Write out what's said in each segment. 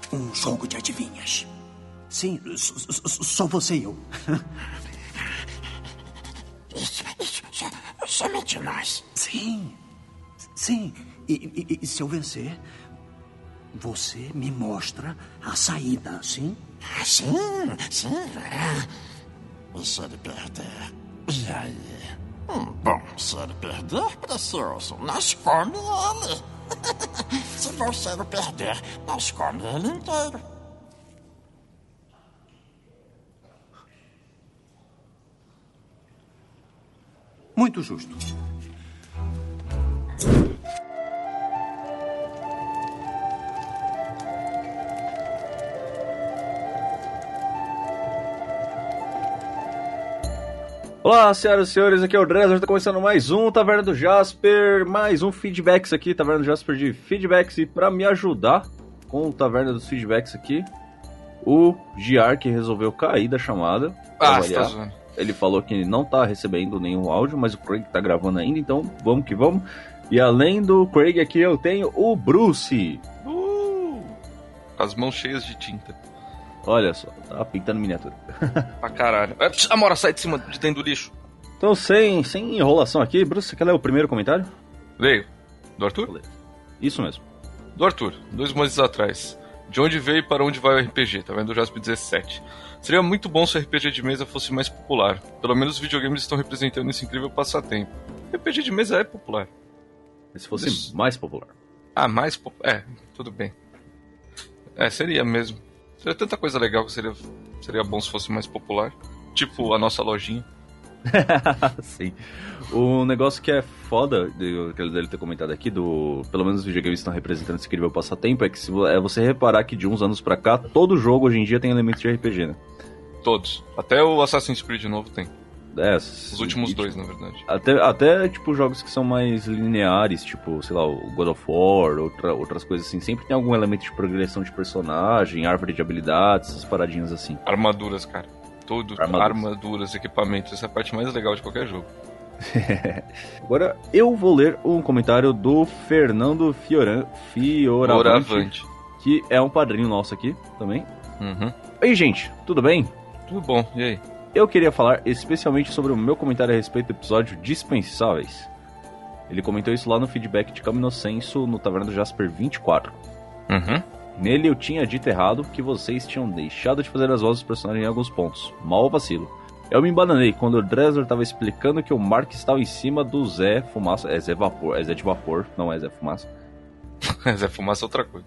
um jogo de adivinhas. Sim, só você e eu. Isso, somente nós. Sim. E se eu vencer, você me mostra a saída, sim? Sim. E se ele perder? E aí? Bom, se ele perder, precioso, nós come ele. Se você não perder, nós come ele inteiro. Muito justo. Olá, senhoras e senhores, aqui é o Dresler, está começando mais um Taverna do Jasper, mais um Feedbacks aqui, Taverna do Jasper de Feedbacks, e para me ajudar com o Taverna dos Feedbacks aqui, o GR que resolveu cair da chamada. Você tá zoando. Ele falou que não tá recebendo nenhum áudio, mas o Craig tá gravando ainda, então vamos que vamos. E além do Craig aqui eu tenho o Bruce. As mãos cheias de tinta. Olha só, tá pintando miniatura. Pra caralho. Amora, sai de cima de dentro do lixo. Então, sem enrolação aqui, Bruce, você quer ler o primeiro comentário? Leio. Do Arthur? Isso mesmo. Do Arthur, 2 meses atrás. De onde veio e para onde vai o RPG? Tá vendo o Jasper 17. Seria muito bom se o RPG de mesa fosse mais popular. Pelo menos os videogames estão representando esse incrível passatempo. RPG de mesa é popular. Se fosse mais popular. Mais popular. Tudo bem. Seria mesmo. Seria tanta coisa legal que seria bom se fosse mais popular. Tipo a nossa lojinha. Sim. O negócio que é foda dele ter comentado aqui, pelo menos os videogames estão representando esse incrível passatempo, é que você reparar que de uns anos pra cá, todo jogo hoje em dia tem elementos de RPG, né? Todos. Até o Assassin's Creed novo tem. Os últimos 2, na verdade. Até tipo, jogos que são mais lineares, tipo, sei lá, o God of War, outras coisas assim, sempre tem algum elemento de progressão de personagem, árvore de habilidades, essas paradinhas assim. Armaduras, cara. Armaduras, equipamentos, essa é a parte mais legal de qualquer jogo. Agora eu vou ler um comentário do Fernando Fioravante, que é um padrinho nosso aqui também. Oi, gente, tudo bem? Tudo bom, e aí? Eu queria falar especialmente sobre o meu comentário a respeito do episódio Dispensáveis. Ele comentou isso lá no feedback de Camino Senso no Taverna do Jasper 24. Nele eu tinha dito errado que vocês tinham deixado de fazer as vozes dos personagens em alguns pontos. Mal vacilo. Eu me embananei quando o Dresler estava explicando que o Mark estava em cima do Zé Fumaça. É Zé Vapor, é Zé de Vapor, não é Zé Fumaça. Zé Fumaça é outra coisa.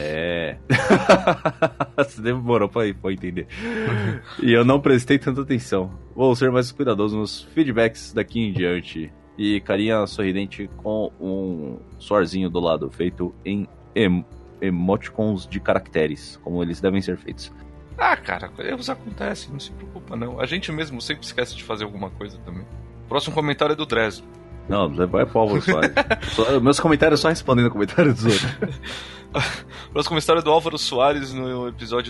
Você demorou pra entender. E eu não prestei tanta atenção. Vou ser mais cuidadoso nos feedbacks daqui em diante. E carinha sorridente com um suorzinho do lado, feito em emoticons de caracteres, como eles devem ser feitos. Cara, erros acontecem, não se preocupa não. A gente mesmo sempre esquece de fazer alguma coisa também. Próximo comentário é do Dresler. Não, vai pro Álvaro Soares. Meus comentários só respondendo comentários dos outros. Próximo comentário é do Álvaro Soares no episódio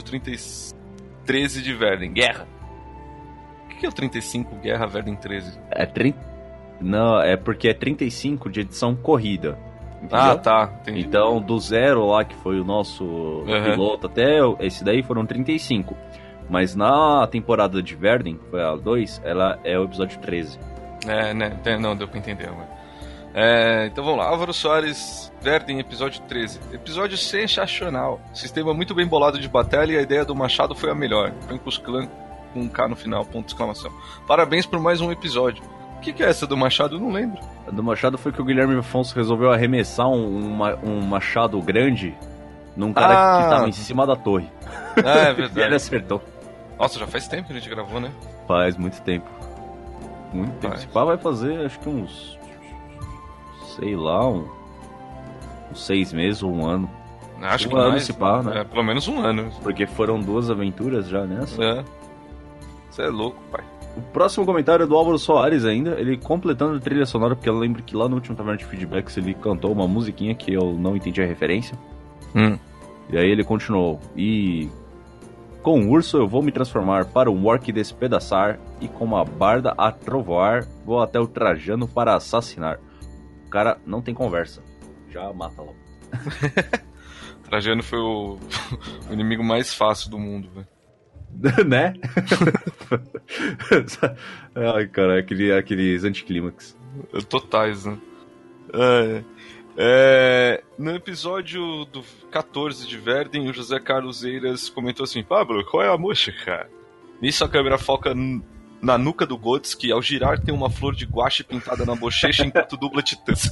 13 de Verden. Guerra. O que é o 35 Guerra Verden 13? Não, é porque é 35 de edição corrida. Entendeu? Tá, entendi. Então, do 0 lá, que foi o nosso piloto, até esse daí foram 35. Mas na temporada de Verden, que foi a 2, ela é o episódio 13. Não, deu pra entender agora. Então vamos lá, Álvaro Soares, Verden, episódio 13. Episódio sensacional. Sistema muito bem bolado de batalha e a ideia do machado foi a melhor. Francus Clan com um K no final, ponto de exclamação. Parabéns por mais um episódio. O que é essa do machado? Eu não lembro. A do machado foi que o Guilherme Afonso resolveu arremessar um machado grande num cara que tava em cima da torre. É verdade. E ele acertou. Nossa, já faz tempo que a gente gravou, né? Faz muito tempo. Muito tempo. Esse pá vai fazer, acho que uns... sei lá, uns 6 meses ou um ano. Acho que ano mais. Se pá, né? Pelo menos um ano. Porque foram 2 aventuras já nessa. Você é louco, pai. O próximo comentário é do Álvaro Soares ainda, ele completando a trilha sonora, porque eu lembro que lá no último Taverna de Feedbacks ele cantou uma musiquinha que eu não entendi a referência. E aí ele continuou. E com o urso eu vou me transformar para um orc despedaçar, e com uma barda a trovoar, vou até o Trajano para assassinar. O cara não tem conversa, já mata logo. Trajano foi o inimigo mais fácil do mundo, velho. Né? Ai, cara, aqueles anticlímax. Totais, né? No episódio do 14 de Verden, o José Carlos Eiras comentou assim: Pablo, qual é a música? Nisso a câmera foca na nuca do Gods, que ao girar tem uma flor de guache pintada na bochecha enquanto dubla Titãs.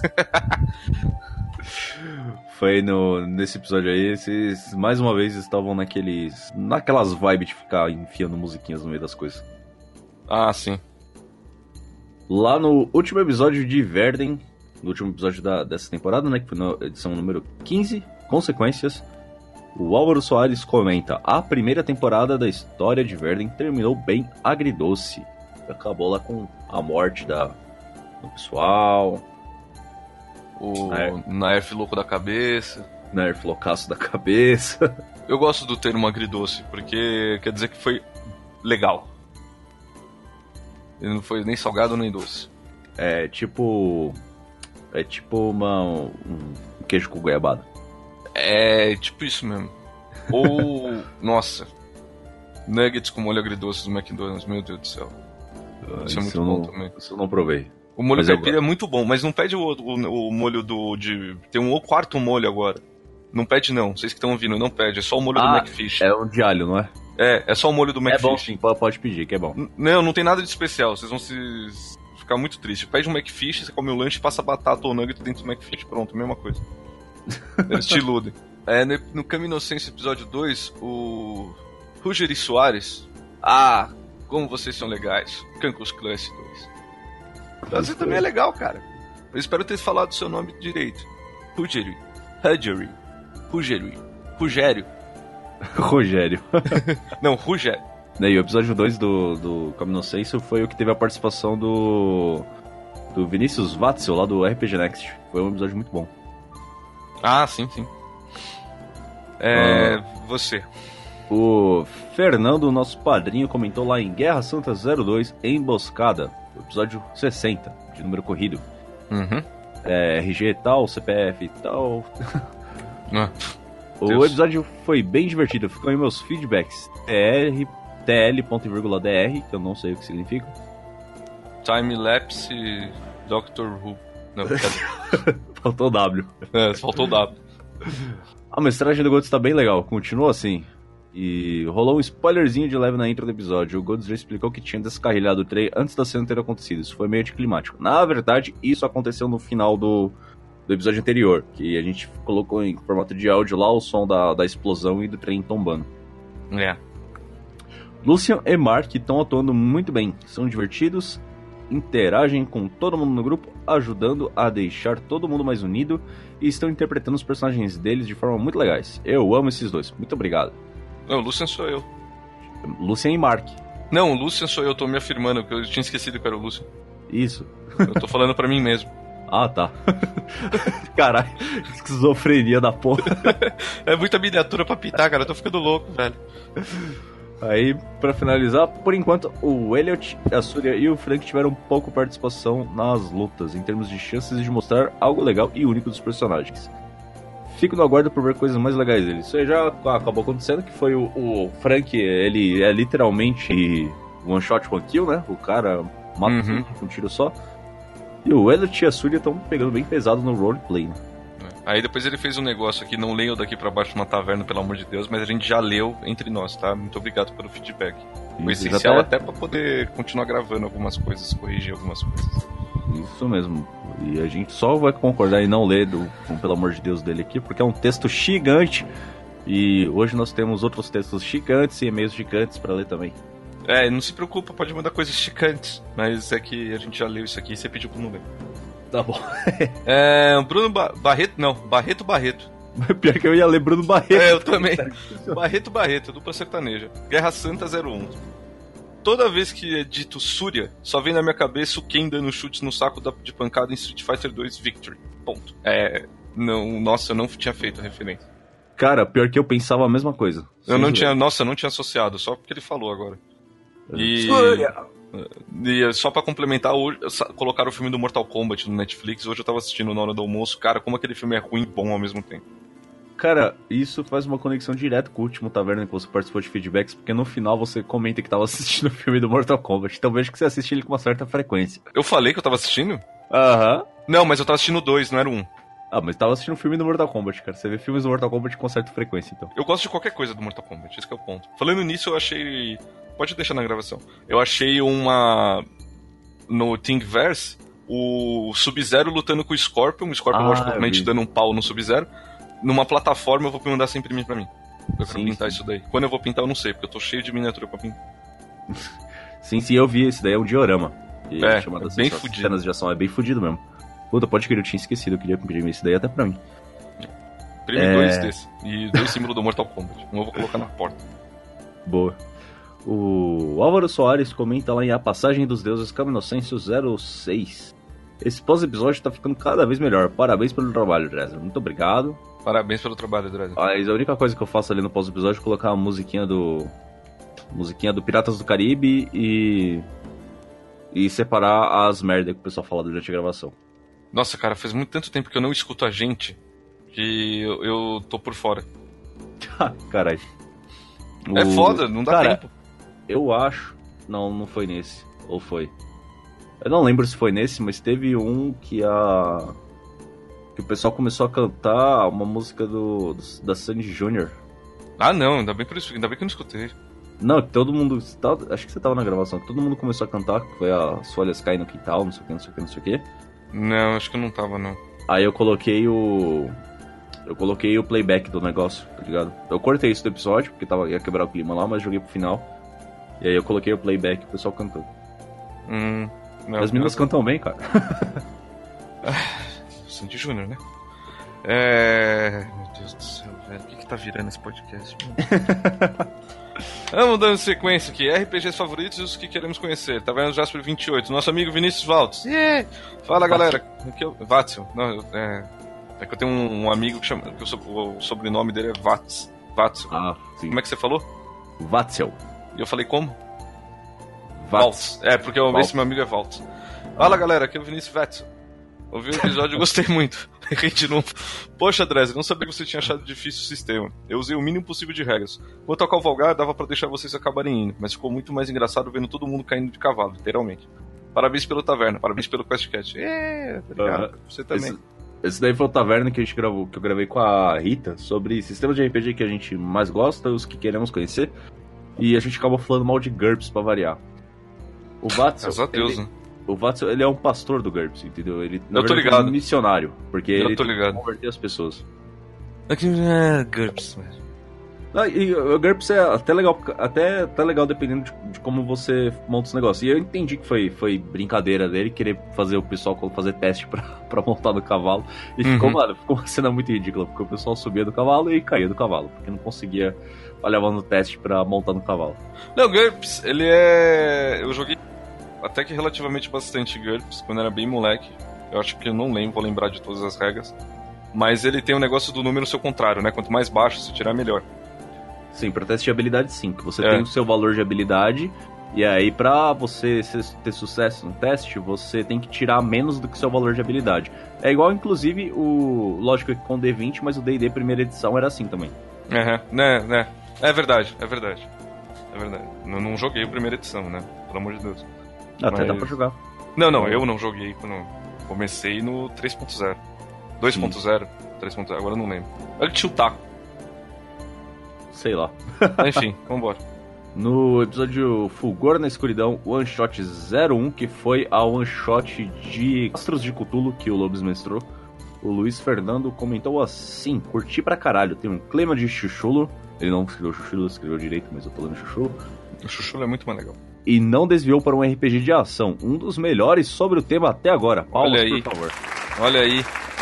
Foi nesse episódio aí, eles mais uma vez estavam naquelas vibes de ficar enfiando musiquinhas no meio das coisas. Ah, sim. Lá no último episódio de Verden, no último episódio dessa temporada, né, que foi na edição número 15, Consequências, o Álvaro Soares comenta: a primeira temporada da história de Verden terminou bem agridoce. Acabou lá com a morte do pessoal, o Nerf louco da cabeça. Nerf loucaço da cabeça. Eu gosto do termo agridoce, porque quer dizer que foi legal. Ele não foi nem salgado nem doce. É tipo um queijo com goiabada. É tipo isso mesmo. Ou, nossa, nuggets com molho agridoce do McDonald's, meu Deus do céu. Isso é muito bom também. Isso eu não provei. O molho caipira é muito bom, mas não pede o molho tem um quarto molho agora. Não pede não, vocês que estão ouvindo, não pede, é só o molho do McFish. É um de alho, não é? É só o molho do McFish. É bom sim, pode pedir, que é bom. Não tem nada de especial, vocês vão ficar muito tristes. Pede um McFish, você come o lanche e passa batata ou nugget dentro do McFish, pronto, mesma coisa. Eles te iludem. No Caminho Inocência, episódio 2, o Rugeri Soares. Ah, como vocês são legais. Cancus Class 2. Você também é legal, cara. Eu espero ter falado o seu nome direito. Rugeri. Rogério. Não, Rogério. E o episódio 2 do Caminho Inocência foi o que teve a participação do Vinícius Watzel, lá do RPG Next. Foi um episódio muito bom. Ah, sim. Você. O Fernando, nosso padrinho, comentou lá em Guerra Santa 02, Emboscada, episódio 60, de número corrido. Uhum. RG e tal, CPF e tal. O Deus. episódio foi bem divertido, ficam aí meus feedbacks. TL.dr, que eu não sei o que significa. Time-lapse Doctor Who. Não, cadê? Faltou o W. Faltou o W. A mestragem do Gods tá bem legal, continua assim. E rolou um spoilerzinho de leve na intro do episódio. O Gods já explicou que tinha descarrilhado o trem antes da cena ter acontecido. Isso foi meio anticlimático. Na verdade, isso aconteceu no final do episódio anterior, que a gente colocou em formato de áudio lá o som da explosão e do trem tombando. Lucian e Mark estão atuando muito bem. São divertidos, interagem com todo mundo no grupo, ajudando a deixar todo mundo mais unido e estão interpretando os personagens deles de forma muito legais. Eu amo esses dois. Muito obrigado. Não, o Lucian sou eu. Lucian e Mark. Não, o Lucian sou eu, tô me afirmando, porque eu tinha esquecido que era o Lucian. Isso. Eu tô falando pra mim mesmo. Ah, tá. Caralho, esquizofrenia da porra. É muita miniatura pra pintar, cara, eu tô ficando louco, velho. Aí, pra finalizar, por enquanto, o Elliot, a Surya e o Frank tiveram pouco participação nas lutas, em termos de chances de mostrar algo legal e único dos personagens. Fico no aguardo por ver coisas mais legais dele. Isso aí já acabou acontecendo, que foi o Frank, ele é literalmente one shot, one kill, né? O cara mata com um tiro só. E o Elliot e a Surya estão pegando bem pesado no roleplay, né? Aí depois ele fez um negócio aqui, não leiam daqui pra baixo de uma taverna, pelo amor de Deus, mas a gente já leu entre nós, tá? Muito obrigado pelo feedback. Foi essencial até pra poder continuar gravando algumas coisas, corrigir algumas coisas. Isso mesmo. E a gente só vai concordar em não ler pelo amor de Deus dele aqui, porque é um texto gigante. E hoje nós temos outros textos gigantes e e-mails gigantes pra ler também. Não se preocupa, pode mandar coisas gigantes, mas é que a gente já leu isso aqui e você pediu pra não ler. Tá bom. Bruno Barreto. Pior que eu ia ler Bruno Barreto. Eu também. Barreto, dupla sertaneja. Guerra Santa 01. Toda vez que é dito Surya, só vem na minha cabeça o Ken dando chutes no saco de pancada em Street Fighter 2 Victory. Ponto. Nossa, eu não tinha feito a referência. Cara, pior que eu pensava a mesma coisa. Eu não tinha associado, só porque ele falou agora. E só pra complementar, hoje, colocaram o filme do Mortal Kombat no Netflix. Hoje eu tava assistindo na hora do almoço. Cara, como aquele filme é ruim e bom ao mesmo tempo. Cara, isso faz uma conexão direta com o último Taverna que você participou de feedbacks, porque no final você comenta que tava assistindo o filme do Mortal Kombat, então vejo que você assiste ele com uma certa frequência. Eu falei que eu tava assistindo? Aham. Não, mas eu tava assistindo 2, não era 1. Ah, mas tava assistindo o filme do Mortal Kombat, cara. Você vê filmes do Mortal Kombat com certa frequência, então. Eu gosto de qualquer coisa do Mortal Kombat, esse que é o ponto. Falando nisso, eu achei... Pode deixar na gravação. Eu achei uma... No Thingiverse, o Sub-Zero lutando com o Scorpion logicamente dando um pau no Sub-Zero. Numa plataforma, eu vou mandar sem imprimir pra mim. Eu quero pintar isso daí. Quando eu vou pintar, eu não sei, porque eu tô cheio de miniatura pra pintar. Sim, eu vi. Esse daí é um diorama. É bem fudido. Cenas de ação, é bem fudido mesmo. Puta, pode crer, eu tinha esquecido, eu queria imprimir esse daí até pra mim. Imprime 2 desse. E 2 símbolos do Mortal Kombat. Um eu vou colocar na porta. Boa. O Álvaro Soares comenta lá em A Passagem dos Deuses Caminocêncio 06. Esse pós-episódio tá ficando cada vez melhor. Parabéns pelo trabalho, Dresser. Muito obrigado. Parabéns pelo trabalho, Dresser. Mas a única coisa que eu faço ali no pós-episódio é colocar a musiquinha do Piratas do Caribe e separar as merdas que o pessoal fala durante a gravação. Nossa, cara, faz tanto tempo que eu não escuto a gente que eu tô por fora. Caralho. É foda, não dá tempo. Eu acho... Não foi nesse. Ou foi? Eu não lembro se foi nesse, mas teve um que o pessoal começou a cantar uma música da Sandy Jr. Ah, não, ainda bem que eu não escutei. Não, todo mundo... Acho que você tava na gravação. Todo mundo começou a cantar, que foi as folhas caem no quintal, não sei o que. Não, acho que eu não tava, não. Aí eu coloquei o playback do negócio, tá ligado? Eu cortei isso do episódio, porque ia quebrar o clima lá, mas joguei pro final. E aí eu coloquei o playback e o pessoal cantou. Não, as meninas cantam bem, cara. Sandy Júnior, né? Meu Deus do céu, velho. O que tá virando esse podcast? Vamos dando sequência aqui. RPGs favoritos e os que queremos conhecer. Tá vendo Jasper 28. Nosso amigo Vinícius Valtz. Yeah! Fala, galera. Vatzel. Não, é que eu tenho um amigo que chama... o sobrenome dele é Vatz. Vatzel. Ah, sim. Como é que você falou? Vatzel. E eu falei como? Valtz. É, porque esse meu amigo é Valtz. Fala, galera. Aqui é o Vinícius Vatzel. Ouvi o episódio e gostei muito. Errei de novo. Poxa, Dresser, não sabia que você tinha achado difícil o sistema. Eu usei o mínimo possível de regras. Quanto ao cavalgar, dava pra deixar vocês acabarem indo, mas ficou muito mais engraçado vendo todo mundo caindo de cavalo, literalmente. Parabéns pelo Taverna, parabéns pelo QuestCast. Obrigado. Você também. Esse daí foi o Taverna que que eu gravei com a Rita sobre sistemas de RPG que a gente mais gosta, os que queremos conhecer. E a gente acabou falando mal de GURPS pra variar. O Vatzel... Graças a Deus, né? O Vatzel, ele é um pastor do GURPS, entendeu? Ele, na eu tô verdade, ligado. É um missionário, porque ele tô ligado. tem que converter as pessoas. GURPS, velho. E o GURPS é até legal dependendo de como você monta os negócios. E eu entendi que foi brincadeira dele querer fazer o pessoal fazer teste pra montar no cavalo. E ficou uma cena muito ridícula, porque o pessoal subia do cavalo e caía do cavalo, porque não conseguia olhar no teste pra montar no cavalo. Não, GURPS, ele é... Eu joguei até que relativamente bastante GURPS, quando era bem moleque. Eu acho que eu não vou lembrar de todas as regras. Mas ele tem um negócio do número seu contrário, né? Quanto mais baixo você tirar, melhor. Sim, pra teste de habilidade, sim. Que você tem o seu valor de habilidade, e aí pra você ter sucesso no teste, você tem que tirar menos do que o seu valor de habilidade. É igual, inclusive, lógico que com D20, mas o D&D primeira edição era assim também. Né. É verdade. Eu não joguei a primeira edição, né? Pelo amor de Deus. Até dá pra jogar. Não, eu não joguei quando comecei no 3.0. 2.0, 3.0, agora eu não lembro. Olha que tinha o taco. Sei lá. Enfim, vambora. No episódio Fulgor na Escuridão, One Shot 01, que foi a One Shot de Astros de Cthulhu que o Lobos mestrou, o Luiz Fernando comentou assim: curti pra caralho, tem um clima de chuchulo. Ele não escreveu chuchulo, escreveu direito, mas eu tô lendo chuchulo. O chuchulo é muito mais legal. E não desviou para um RPG de ação, um dos melhores sobre o tema até agora. Palmas, por favor. Olha aí.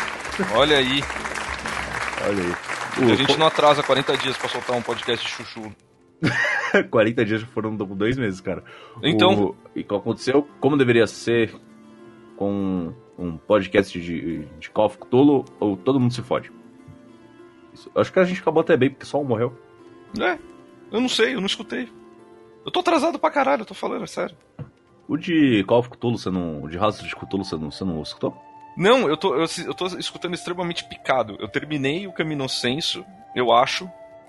A gente não atrasa 40 dias pra soltar um podcast de chuchulo. 40 dias já foram 2 meses, cara. Então... E o que aconteceu, como deveria ser com um podcast de Call of Cthulhu, ou todo mundo se fode. Acho que a gente acabou até bem, porque só um morreu. Eu não sei, eu não escutei. Eu tô atrasado pra caralho, eu tô falando, é sério. O de Call of Cthulhu, o de Rastros de Cthulhu, você não escutou? Não, eu tô escutando extremamente picado. Eu terminei o Camino Senso, eu acho.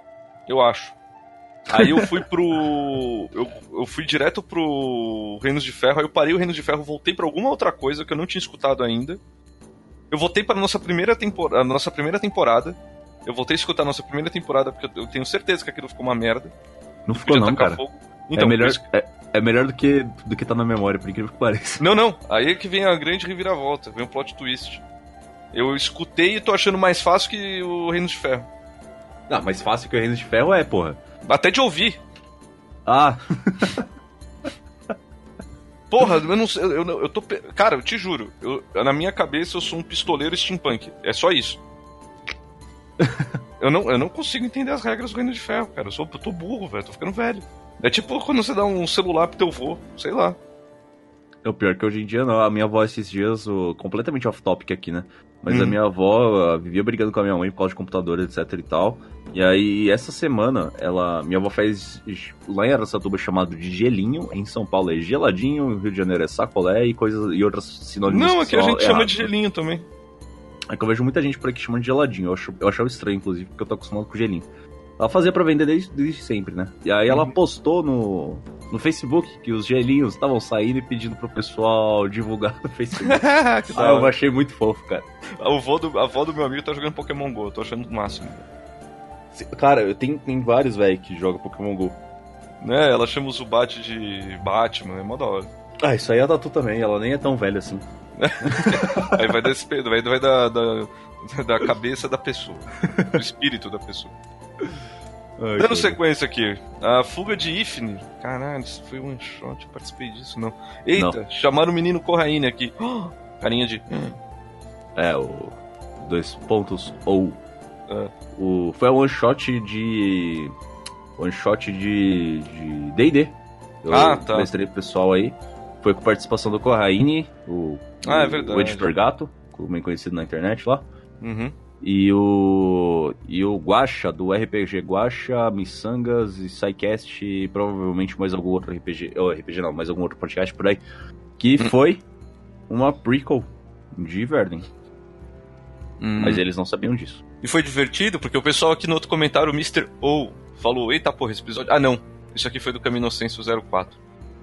Aí eu fui eu fui direto pro Reinos de Ferro, aí eu parei o Reinos de Ferro, voltei pra alguma outra coisa que eu não tinha escutado ainda. Eu voltei pra nossa primeira temporada. Eu voltei a escutar a nossa primeira temporada, porque eu tenho certeza que aquilo ficou uma merda. Não ficou não, cara. Então, é melhor do que tá na memória, por incrível que pareça. Não. Aí é que vem a grande reviravolta, vem o plot twist. Eu escutei e tô achando mais fácil que o Reinos de Ferro. Não, mais fácil que o Reinos de Ferro porra. Até de ouvir. Ah. Porra, eu não sei, eu tô... Cara, eu te juro, na minha cabeça eu sou um pistoleiro steampunk. É só isso. Eu não consigo entender as regras do Reino de Ferro, cara. Eu tô burro, velho. Tô ficando velho. É tipo quando você dá um celular pro teu vô, sei lá. É o pior que hoje em dia não. A minha avó esses dias, completamente off-topic aqui, né? Mas a minha avó vivia brigando com a minha mãe por causa de computador, etc e tal. E aí, essa semana, minha avó faz lá em Araçatuba chamado de gelinho. Em São Paulo é geladinho, no Rio de Janeiro é sacolé e outras sinônimos. Não, aqui a gente chama de gelinho também. É que eu vejo muita gente por aqui chamando de geladinho. Eu achava estranho, inclusive, porque eu tô acostumado com gelinho. Ela fazia pra vender desde sempre, né? E aí ela postou no Facebook que os gelinhos estavam saindo e pedindo pro pessoal divulgar no Facebook. Eu achei muito fofo, cara. A avó do meu amigo tá jogando Pokémon GO, eu tô achando o máximo. Cara, tem vários, velho, que jogam Pokémon GO. Né, ela chama o Zubat de Batman, é mó da hora. Ah, isso aí é a Tatu também, ela nem é tão velha assim. Aí vai da cabeça da pessoa, do espírito da pessoa. Ai, dando sequência aqui, a fuga de Ifnir. Caralho, isso foi um one shot, eu participei disso, não. Eita, não. Chamaram o menino Corraine aqui. Carinha de... o 2 pontos ou... Foi um one shot de D&D. Eu mestrei pro pessoal aí. Foi com participação do Corraine, é verdade. O editor gato, bem conhecido na internet lá. Uhum. E o Guaxa, do RPG Guaxa, Missangas e SciCast, e provavelmente mais algum outro mais algum outro podcast por aí, que foi uma prequel de Verden. Mas eles não sabiam disso. E foi divertido, porque o pessoal aqui no outro comentário, o Mr. O, falou, eita porra, esse episódio... Ah não, isso aqui foi do Camino Senso 04.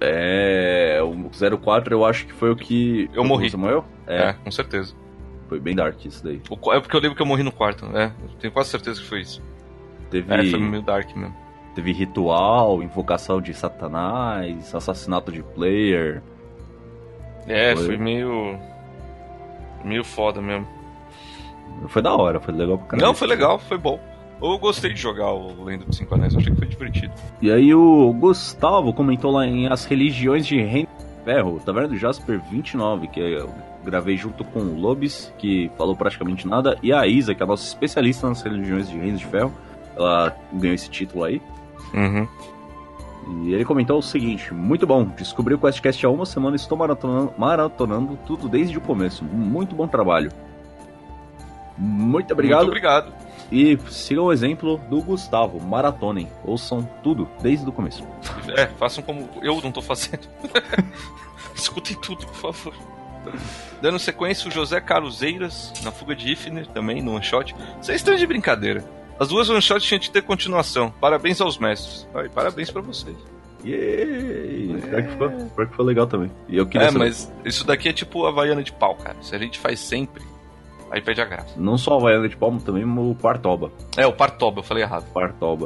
O 04 eu acho que foi o que... Eu morri. Você morreu? Com certeza. Foi bem dark isso daí. É porque eu lembro que eu morri no quarto, né? Eu tenho quase certeza que foi isso. Foi meio dark mesmo. Teve ritual, invocação de Satanás, assassinato de player. Foi meio foda mesmo. Foi da hora, foi legal pra caralho. Não, foi legal, foi bom. Eu gostei de jogar o Lenda dos Cinco Anéis, eu achei que foi divertido. E aí o Gustavo comentou lá em As Religiões de Reino de Ferro, Taverna do Jasper 29, que eu gravei junto com o Lobis, que falou praticamente nada, e a Isa, que é a nossa especialista nas religiões de Reino de Ferro. Ela ganhou esse título aí. Uhum. E ele comentou o seguinte: muito bom, descobri o QuestCast há uma semana e estou maratonando tudo desde o começo. Muito bom trabalho. Muito obrigado. Muito obrigado. E sigam o exemplo do Gustavo, maratonem, ouçam tudo desde o começo. Façam como eu não tô fazendo. Escutem tudo, por favor. Dando sequência, o José Caruzeiras, na Fuga de Ifnir, também, no one shot. Vocês estão de brincadeira. As duas one shots tinham de ter continuação. Parabéns aos mestres. Parabéns pra vocês. Yay! Pior que foi legal também. E eu queria saber. Mas isso daqui é tipo a Havaiana de pau, cara. Se a gente faz sempre, aí perde a graça. Não só a Havaiana de pau, mas também o Partoba. O Partoba, eu falei errado. Partoba.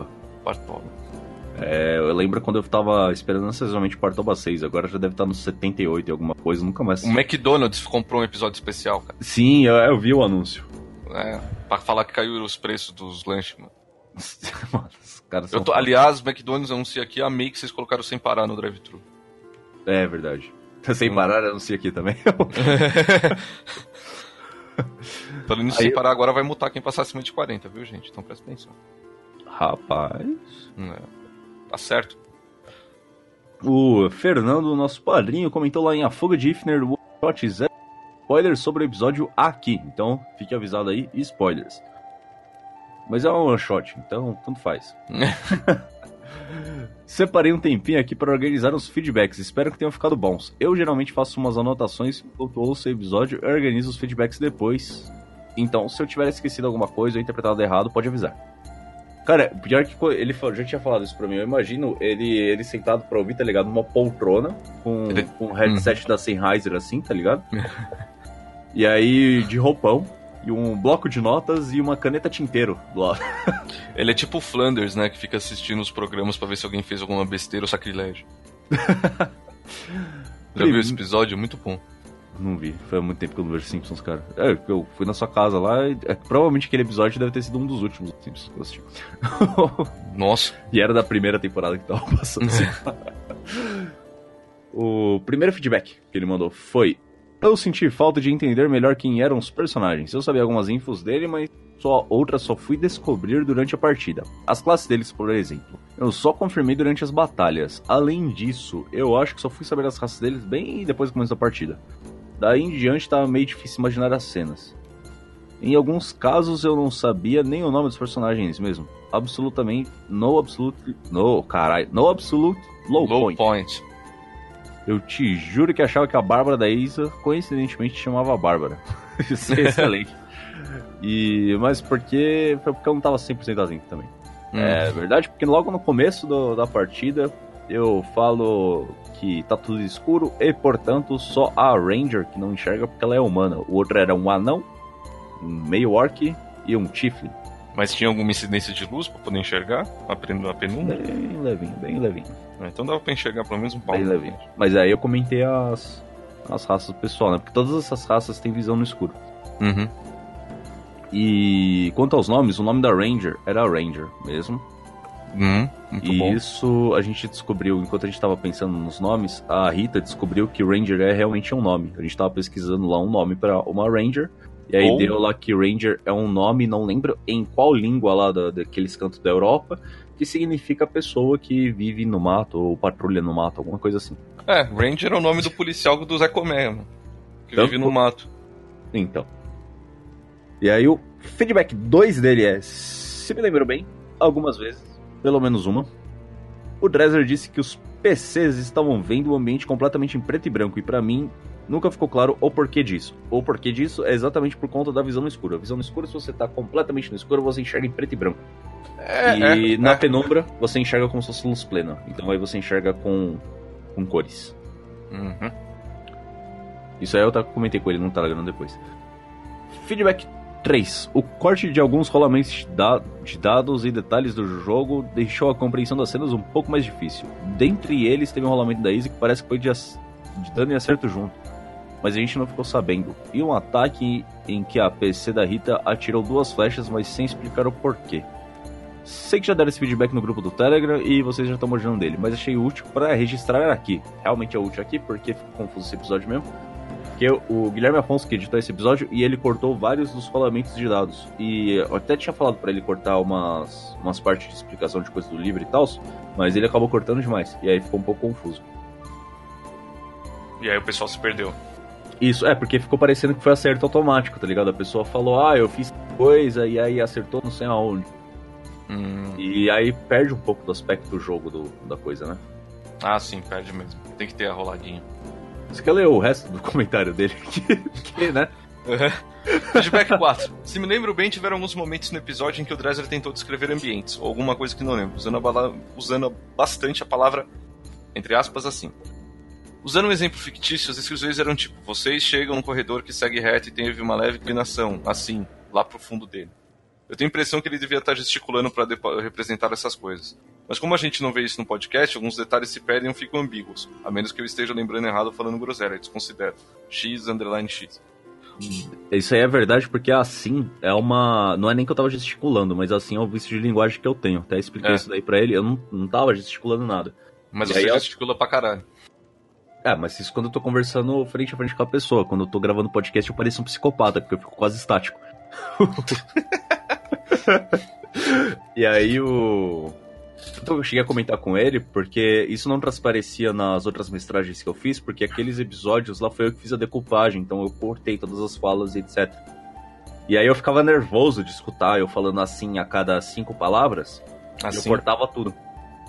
Eu lembro quando eu tava esperando ansiosamente o Partoba 6, agora já deve estar no 78 e alguma coisa, nunca mais. O McDonald's comprou um episódio especial, cara. Sim, eu vi o anúncio. Pra falar que caiu os preços dos lanches, mano. Mano, os caras são... Aliás, o McDonald's anuncia aqui, amei que vocês colocaram sem parar no drive-thru. É verdade. Sem parar, anuncia aqui também. Falando nisso, sem parar, agora vai multar quem passar acima de 40, viu, gente? Então presta atenção. Rapaz... Tá certo. O Fernando, nosso padrinho, comentou lá em A Fuga de Ifnir, o Shot Zero. Spoilers sobre o episódio aqui, então fique avisado aí, spoilers. Mas é um one shot, então tanto faz. Separei um tempinho aqui para organizar os feedbacks, espero que tenham ficado bons. Eu geralmente faço umas anotações enquanto ouço o episódio e organizo os feedbacks depois. Então, se eu tiver esquecido alguma coisa ou interpretado errado, pode avisar. Cara, pior que ele já tinha falado isso pra mim, eu imagino ele sentado pra ouvir, tá ligado? Numa poltrona, com um headset da Sennheiser assim, tá ligado? E aí, de roupão, e um bloco de notas e uma caneta tinteiro do lado. Ele é tipo o Flanders, né? Que fica assistindo os programas pra ver se alguém fez alguma besteira ou sacrilégio. Já viu esse episódio? Muito bom. Não vi, foi há muito tempo que eu não vejo Simpsons, cara. Eu fui na sua casa lá e provavelmente aquele episódio deve ter sido um dos últimos Simpsons que eu assisti. Nossa. E era da primeira temporada que tava passando assim. O primeiro feedback que ele mandou foi: eu senti falta de entender melhor quem eram os personagens. Eu sabia algumas infos dele, mas outras só fui descobrir durante a partida. As classes deles, por exemplo, eu só confirmei durante as batalhas. Além disso, eu acho que só fui saber das raças deles bem depois do começo da partida. Daí em diante tava meio difícil imaginar as cenas. Em alguns casos eu não sabia nem o nome dos personagens mesmo. No absolute low point. Eu te juro que achava que a Bárbara da Isa coincidentemente chamava Bárbara. Isso é excelente. Mas foi porque eu não tava 100% assim também. É verdade, porque logo no começo da partida eu falo que tá tudo escuro e, portanto, só a Ranger que não enxerga porque ela é humana. O outro era um anão, um meio orc e um tiefling. Mas tinha alguma incidência de luz pra poder enxergar a penumbra? Bem levinho. Então dava pra enxergar pelo menos um pau. Bem levinho. Mas aí eu comentei as raças do pessoal, né? Porque todas essas raças têm visão no escuro. Uhum. E quanto aos nomes, o nome da Ranger era Ranger mesmo. Muito e bom. Isso a gente descobriu, enquanto a gente tava pensando nos nomes, a Rita descobriu que Ranger é realmente um nome. A gente tava pesquisando lá um nome pra uma Ranger, e aí deu lá que Ranger é um nome, não lembro em qual língua lá daqueles cantos da Europa, que significa pessoa que vive no mato, ou patrulha no mato, alguma coisa assim. Ranger é o nome do policial do Zé Comé, mano, que vive no mato. Então. E aí o feedback 2 dele é, se me lembro bem, algumas vezes, pelo menos uma, o Dresser disse que os PCs estavam vendo o ambiente completamente em preto e branco, e pra mim nunca ficou claro o porquê disso. O porquê disso é exatamente por conta da visão no escuro. A visão no escuro, se você tá completamente no escuro, você enxerga em preto e branco. Na penumbra, você enxerga como se fosse luz plena. Então aí você enxerga com cores. Uhum. Isso aí eu comentei com ele no Telegram depois. Feedback 3. O corte de alguns rolamentos de dados e detalhes do jogo deixou a compreensão das cenas um pouco mais difícil. Dentre eles, teve um rolamento da Izzy que parece que foi de dano e acerto junto, mas a gente não ficou sabendo. E um ataque em que a PC da Rita atirou 2 flechas, mas sem explicar o porquê. Sei que já deram esse feedback no grupo do Telegram e vocês já estão mojando dele, mas achei útil para registrar aqui. Realmente é útil aqui, porque ficou confuso esse episódio mesmo. Que o Guilherme Afonso que editou esse episódio e ele cortou vários dos rolamentos de dados. E eu até tinha falado pra ele cortar umas partes de explicação de coisas do livro e tal, mas ele acabou cortando demais. E aí ficou um pouco confuso. E aí o pessoal se perdeu. Isso, porque ficou parecendo que foi acerto automático, tá ligado? A pessoa falou, eu fiz coisa e aí acertou não sei aonde. E aí perde um pouco do aspecto do jogo da coisa, né? Ah, sim, perde mesmo. Tem que ter a roladinha. Você quer ler o resto do comentário dele? que, né? Feedback 4. Se me lembro bem, tiveram alguns momentos no episódio em que o Dresser tentou descrever ambientes, ou alguma coisa que não lembro, usando bastante a palavra, entre aspas, assim. Usando um exemplo fictício, as descrições eram tipo: vocês chegam num corredor que segue reto e teve uma leve inclinação, assim, lá pro fundo dele. Eu tenho a impressão que ele devia estar gesticulando para representar essas coisas. Mas como a gente não vê isso no podcast, alguns detalhes se perdem ou ficam ambíguos. A menos que eu esteja lembrando errado ou falando groselha, desconsidero. X_X. Isso aí é verdade, porque assim é uma... Não é nem que eu tava gesticulando, mas assim é o vício de linguagem que eu tenho. Até expliquei isso daí pra ele, eu não tava gesticulando nada. Mas você gesticula pra caralho. Mas isso quando eu tô conversando frente a frente com a pessoa. Quando eu tô gravando podcast eu pareço um psicopata, porque eu fico quase estático. E aí então eu cheguei a comentar com ele, porque isso não transparecia nas outras mestragens que eu fiz, porque aqueles episódios lá foi eu que fiz a decupagem, então eu cortei todas as falas e etc. E aí eu ficava nervoso de escutar eu falando assim a cada 5 palavras, e eu cortava tudo.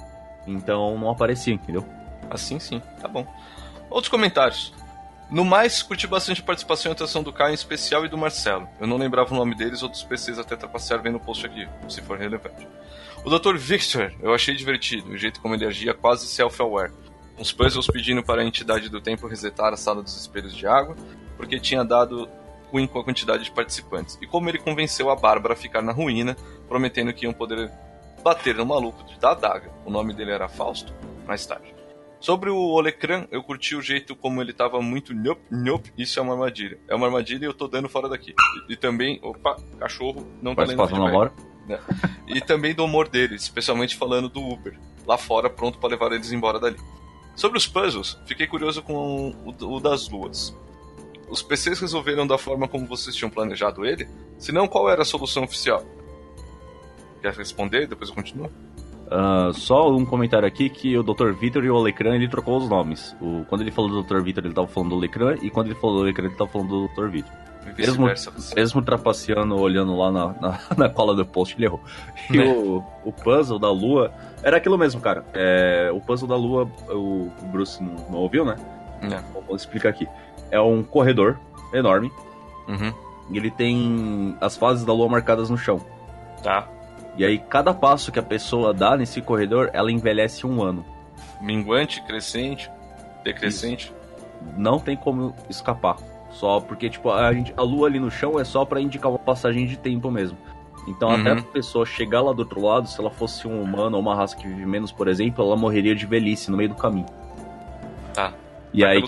Então não aparecia, entendeu? Assim sim, tá bom. Outros comentários. No mais, curti bastante a participação e a atuação do Caio em especial e do Marcelo. Eu não lembrava o nome deles ou dos PCs até trapacear vendo o post aqui, se for relevante. O Dr. Victor, eu achei divertido, o jeito como ele agia quase self-aware. Uns puzzles pedindo para a entidade do tempo resetar a sala dos espelhos de água, porque tinha dado ruim com a quantidade de participantes. E como ele convenceu a Bárbara a ficar na ruína, prometendo que iam poder bater no maluco da adaga. O nome dele era Fausto, mais tarde. Sobre o Olecran, eu curti o jeito como ele tava muito nope, isso é uma armadilha. É uma armadilha e eu tô dando fora daqui. E também, cachorro, não tá lendo feedback. Né? E também do humor dele, especialmente falando do Uber, lá fora, pronto para levar eles embora dali. Sobre os puzzles, fiquei curioso com o das luas. Os PCs resolveram da forma como vocês tinham planejado ele? Se não, qual era a solução oficial? Quer responder? Depois eu continuo. Só um comentário aqui que o Dr. Victor e o Olecran, ele trocou os nomes. Quando ele falou do Dr. Victor, ele tava falando do Olecran, e quando ele falou do Olecran, ele tava falando do Dr. Victor. Mesmo trapaceando, olhando lá na cola do post, ele errou. E né? o puzzle da lua era aquilo mesmo, cara. O puzzle da lua, o Bruce não ouviu, né? Vou explicar aqui. É um corredor enorme. Uhum. E ele tem as fases da lua marcadas no chão. Tá. E aí, cada passo que a pessoa dá nesse corredor, ela envelhece 1 ano. Minguante, crescente, decrescente. Isso. Não tem como escapar. Só porque, tipo, a lua ali no chão é só pra indicar uma passagem de tempo mesmo. Então, até a pessoa chegar lá do outro lado, se ela fosse um humano ou uma raça que vive menos, por exemplo, ela morreria de velhice no meio do caminho. Tá. E aí,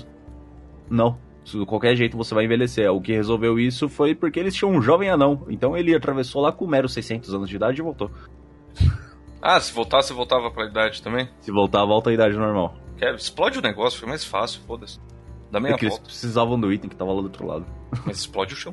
Não. De qualquer jeito você vai envelhecer. O que resolveu isso foi porque eles tinham um jovem anão. Então ele atravessou lá com meros 600 anos de idade e voltou. Ah, se voltasse, você voltava pra idade também? Se voltar, volta à idade normal. Explode o negócio, foi mais fácil, foda-se. Dá meia volta. Eles precisavam do item que tava lá do outro lado. Mas explode o chão.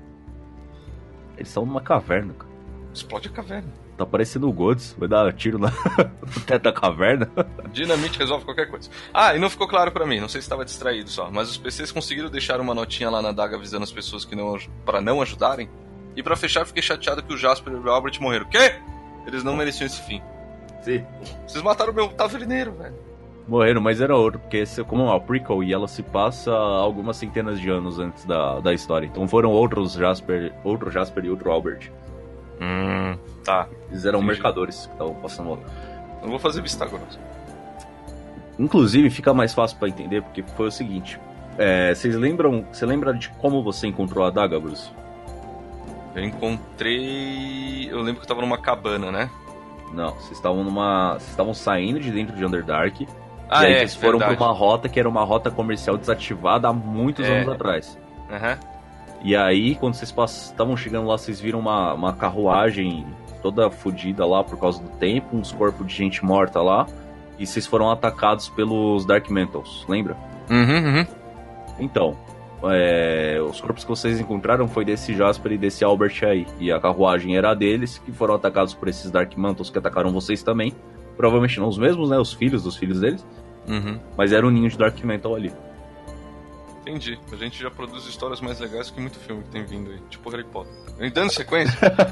Eles são numa caverna, cara. Explode a caverna. Tá parecendo o Gods, vai dar tiro no teto da caverna. Dinamite resolve qualquer coisa. Ah, e não ficou claro pra mim, não sei se estava distraído só, mas os PCs conseguiram deixar uma notinha lá na adaga avisando as pessoas que pra não ajudarem? E pra fechar, fiquei chateado que o Jasper e o Albert morreram. Quê? Eles não mereciam esse fim. Sim. Vocês mataram o meu taverneiro, velho. Morreram, mas era outro, porque esse é como uma prequel e ela se passa algumas centenas de anos antes da história. Então foram outro Jasper e outro Albert. Tá. Eles eram mercadores que estavam passando lá. Não vou fazer vista grossa. Inclusive, fica mais fácil pra entender, porque foi o seguinte. Você lembra de como você encontrou a adaga, Bruce? Eu encontrei... Eu lembro que eu tava numa cabana, né? Não, vocês estavam saindo de dentro de Underdark. Ah, e aí vocês foram pra uma rota que era uma rota comercial desativada há muitos anos atrás. E aí, quando vocês estavam chegando lá, vocês viram uma carruagem toda fodida lá por causa do tempo, uns corpos de gente morta lá, e vocês foram atacados pelos Dark Mentals, lembra? Então, os corpos que vocês encontraram foi desse Jasper e desse Albert aí, e a carruagem era deles, que foram atacados por esses Dark Mentals que atacaram vocês também. Provavelmente não os mesmos, né, os filhos dos filhos deles, mas era um ninho de Dark Mental ali. Entendi. A gente já produz histórias mais legais que muito filme que tem vindo aí. Tipo Harry Potter. Dando sequência.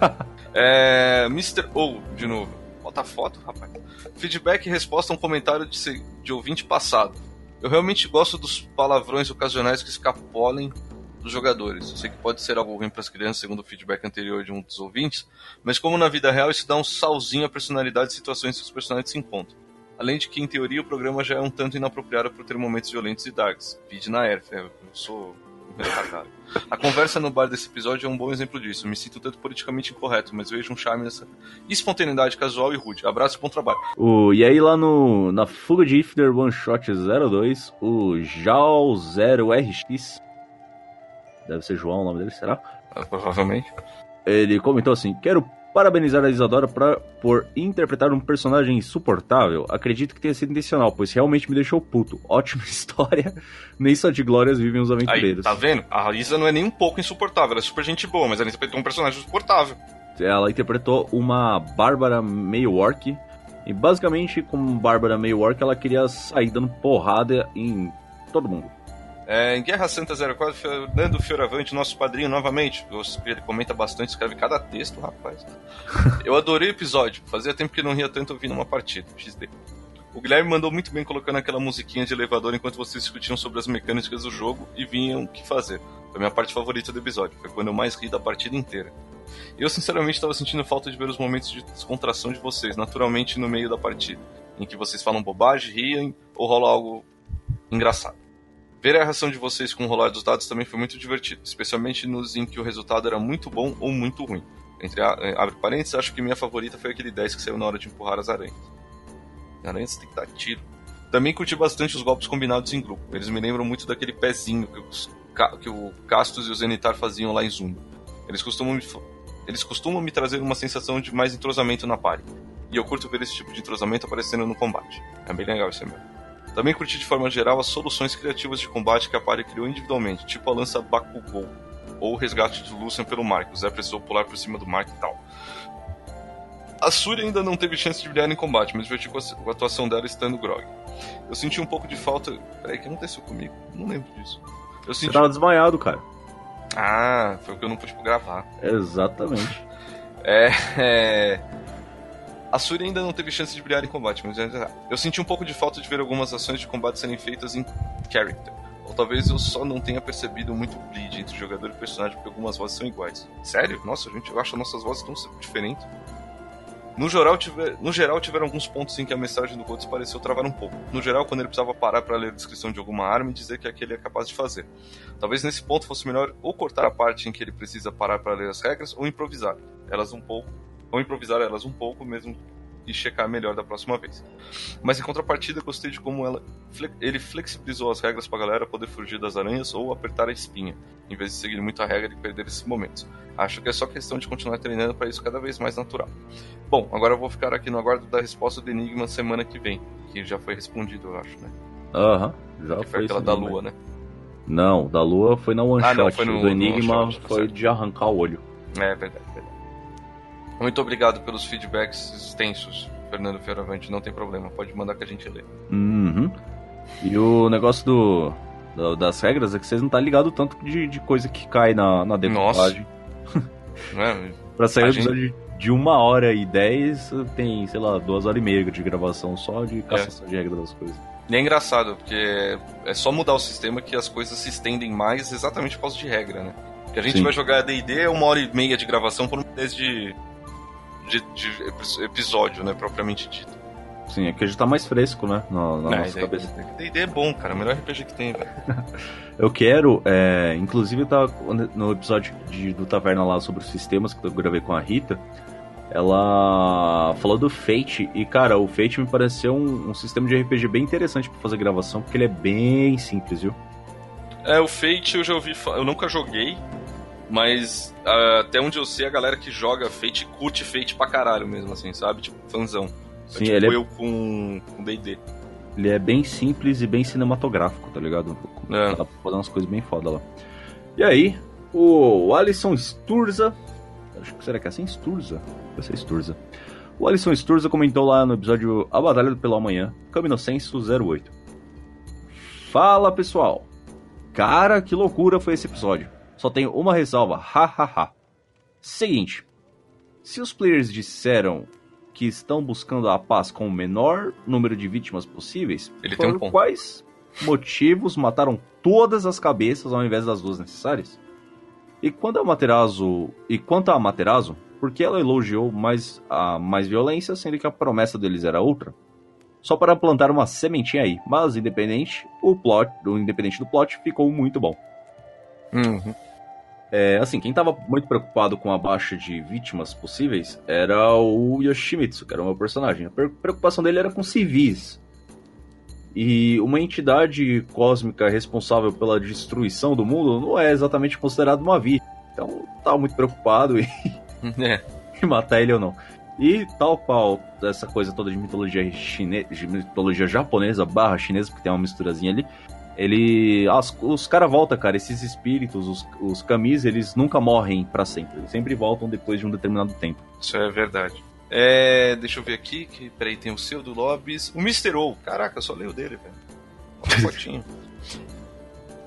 Mr. O, de novo. Bota a foto, rapaz. Feedback e resposta a um comentário de ouvinte passado. Eu realmente gosto dos palavrões ocasionais que escapolem dos jogadores. Eu sei que pode ser algo ruim para as crianças, segundo o feedback anterior de um dos ouvintes, mas como na vida real, isso dá um salzinho à personalidade e situações que os personagens se encontram. Além de que, em teoria, o programa já é um tanto inapropriado por ter momentos violentos e darks. Vide na Earth, eu sou retardado. A conversa no bar desse episódio é um bom exemplo disso. Me sinto tanto politicamente incorreto, mas vejo um charme nessa espontaneidade casual e rude. Abraço e bom trabalho. E aí lá na Fuga de Ifter One Shot 02, o Jal0RX, deve ser João o nome dele, será? Provavelmente. Ele comentou assim: quero parabenizar a Isadora por interpretar um personagem insuportável. Acredito que tenha sido intencional, pois realmente me deixou puto. Ótima história. Nem só de glórias vivem os aventureiros. Aí, tá vendo? A Isa não é nem um pouco insuportável, ela é super gente boa, mas ela interpretou um personagem insuportável. Ela interpretou uma Bárbara meio orc. E basicamente, como Bárbara meio orc, ela queria sair dando porrada em todo mundo. Em Guerra Santa 04, Fernando Fioravante, nosso padrinho, novamente. Ele comenta bastante, escreve cada texto, rapaz. Eu adorei o episódio. Fazia tempo que não ria tanto ouvindo uma partida. XD. O Guilherme mandou muito bem colocando aquela musiquinha de elevador enquanto vocês discutiam sobre as mecânicas do jogo e vinham o que fazer. Foi a minha parte favorita do episódio. Foi quando eu mais ri da partida inteira. Eu, sinceramente, estava sentindo falta de ver os momentos de descontração de vocês, naturalmente no meio da partida. Em que vocês falam bobagem, riem ou rola algo engraçado. Ver a reação de vocês com o rolar dos dados também foi muito divertido, especialmente nos em que o resultado era muito bom ou muito ruim. Abre parênteses, acho que minha favorita foi aquele 10 que saiu na hora de empurrar as aranhas. As aranhas tem que dar tiro. Também curti bastante os golpes combinados em grupo. Eles me lembram muito daquele pezinho que o Castus e o Zenitar faziam lá em Zumba. Eles costumam me trazer uma sensação de mais entrosamento na party. E eu curto ver esse tipo de entrosamento aparecendo no combate. É bem legal isso mesmo. Também curti de forma geral as soluções criativas de combate que a party criou individualmente, tipo a lança Bakugou, ou o resgate de Lucian pelo Mark. O Zé precisou pular por cima do Mark e tal. A Suri ainda não teve chance de brilhar em combate, mas diverti com a atuação dela estando grog. Eu senti um pouco de falta... Peraí, o que aconteceu comigo? Não lembro disso. Você tava desmaiado, cara. Ah, foi o que eu não pude gravar. Exatamente. A Suri ainda não teve chance de brilhar em combate, mas eu senti um pouco de falta de ver algumas ações de combate serem feitas em character. Ou talvez eu só não tenha percebido muito bleed entre jogador e personagem, porque algumas vozes são iguais. Sério? Nossa, gente, eu acho nossas vozes tão diferentes. No geral, tiveram alguns pontos em que a mensagem do Rhodes pareceu travar um pouco. No geral, quando ele precisava parar para ler a descrição de alguma arma e dizer que aquele é capaz de fazer. Talvez nesse ponto fosse melhor ou cortar a parte em que ele precisa parar para ler as regras, ou improvisar elas um pouco mesmo e checar melhor da próxima vez. Mas em contrapartida, gostei de como ele flexibilizou as regras pra galera poder fugir das aranhas ou apertar a espinha, em vez de seguir muito a regra e perder esses momentos. Acho que é só questão de continuar treinando para isso cada vez mais natural. Bom, agora eu vou ficar aqui no aguardo da resposta do Enigma semana que vem, que já foi respondido, eu acho, né? Já que foi aquela da Lua, né? Não, da Lua foi na one shot. Não, foi no, do Enigma no shot, foi certo. de arrancar o olho. É verdade. Muito obrigado pelos feedbacks extensos, Fernando Fioravante. Não tem problema, pode mandar que a gente lê. Uhum. E o negócio das regras é que vocês não estão ligados tanto de coisa que cai na decupagem. Pra sair um episódio de 1h10, tem, sei lá, 2h30 de gravação só de cassação de regra das coisas. E é engraçado, porque é só mudar o sistema que as coisas se estendem mais exatamente por causa de regra, né? Porque a gente vai jogar D&D, é 1h30 de gravação por um mês de episódio, né, propriamente dito. Sim, é que a gente tá mais fresco, né, na nossa cabeça. D&D é bom, cara, o melhor RPG que tem, velho. Eu quero, inclusive tá no episódio do Taverna lá sobre os sistemas que eu gravei com a Rita, ela falou do Fate, e cara, o Fate me pareceu um sistema de RPG bem interessante pra fazer gravação, porque ele é bem simples, viu? O Fate eu já ouvi falar, eu nunca joguei, mas até onde eu sei, a galera que joga Fate curte Fate pra caralho mesmo, assim, sabe? Tipo, fãzão. Sim, tipo ele eu com D&D. Ele é bem simples e bem cinematográfico, tá ligado? Dá pra fazer umas coisas bem foda lá. E aí, o Alisson Sturza, será que é assim? Sturza? Vai ser Sturza. O Alisson Sturza comentou lá no episódio A Batalha pela Manhã, Caminosenso 08. Fala, pessoal. Cara, que loucura foi esse episódio. Só tenho uma ressalva, hahaha. Seguinte, se os players disseram que estão buscando a paz com o menor número de vítimas possíveis, por quais motivos mataram todas as cabeças ao invés das duas necessárias? E quanto a Materazo, por que ela elogiou mais violência, sendo que a promessa deles era outra? Só para plantar uma sementinha aí, mas independente do plot, ficou muito bom. Uhum. Assim, quem tava muito preocupado com a baixa de vítimas possíveis era o Yoshimitsu, que era o meu personagem. A preocupação dele era com civis. E uma entidade cósmica responsável pela destruição do mundo não é exatamente considerado uma vida. Então, tava muito preocupado em matar ele ou não. E tal qual essa coisa toda de mitologia japonesa / chinesa, porque tem uma misturazinha ali. Os caras voltam, cara, esses espíritos, os kamis, eles nunca morrem pra sempre. Eles sempre voltam depois de um determinado tempo. Isso é verdade. Deixa eu ver aqui, peraí, tem o seu do Lobbies. O Mr. O, caraca, eu só leio dele, velho. Olha a fotinho.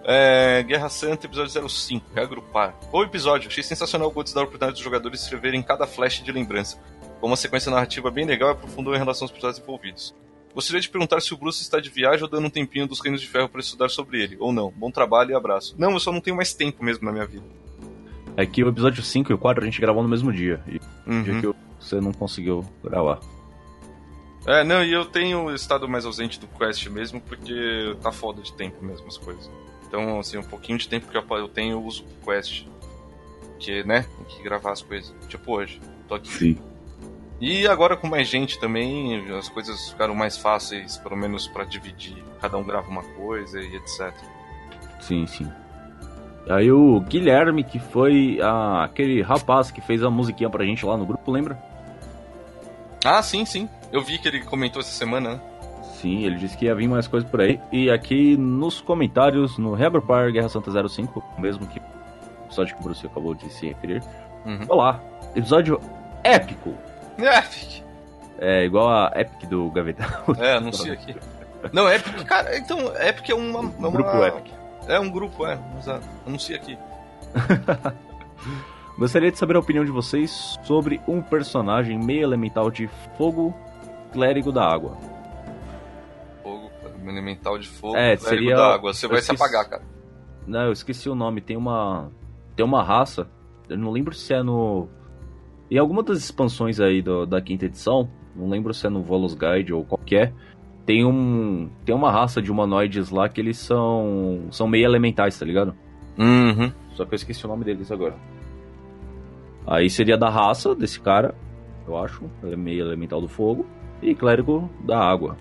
Guerra Santa, episódio 05, reagrupar. Bom episódio, achei sensacional o Godz dar a oportunidade dos jogadores escreverem cada flash de lembrança. Com uma sequência narrativa bem legal e aprofundou em relação aos personagens envolvidos. Gostaria de perguntar se o Bruce está de viagem ou dando um tempinho dos Reinos de Ferro para estudar sobre ele, ou não. Bom trabalho e abraço. Não, eu só não tenho mais tempo mesmo na minha vida. É que o episódio 5 e o 4 a gente gravou no mesmo dia. E o dia que você não conseguiu gravar. Não, e eu tenho estado mais ausente do Quest mesmo, porque tá foda de tempo mesmo as coisas. Então, assim, um pouquinho de tempo que eu tenho, eu uso o Quest. Porque, né, tem que gravar as coisas. Tipo hoje, tô aqui. Sim. E agora com mais gente também, as coisas ficaram mais fáceis, pelo menos pra dividir. Cada um grava uma coisa e etc. Sim, sim. Aí o Guilherme, que foi aquele rapaz que fez a musiquinha pra gente lá no grupo, lembra? Ah, sim, sim. Eu vi que ele comentou essa semana, né? Sim, ele disse que ia vir mais coisas por aí. E aqui nos comentários, no Reagrupar Guerra Santa 05, mesmo que o episódio que o Bruce acabou de se referir. Olá, episódio épico. Epic. É igual a Epic do Gavetão. Anuncia aqui. Não, Epic, cara, então, Epic é uma grupo Epic. É um grupo, exato. Anuncia aqui. Gostaria de saber a opinião de vocês sobre um personagem meio elemental de fogo, clérigo da água. Fogo, elemental de fogo, clérigo seria da água. Você vai se apagar, cara. Não, eu esqueci o nome. Tem uma raça, eu não lembro se é no... Em alguma das expansões aí da quinta edição, não lembro se é no Volos Guide ou qualquer, tem uma raça de humanoides lá que eles são meio elementais, tá ligado? Só que eu esqueci o nome deles agora. Aí seria da raça desse cara, eu acho, ele é meio elemental do fogo, e clérigo da água.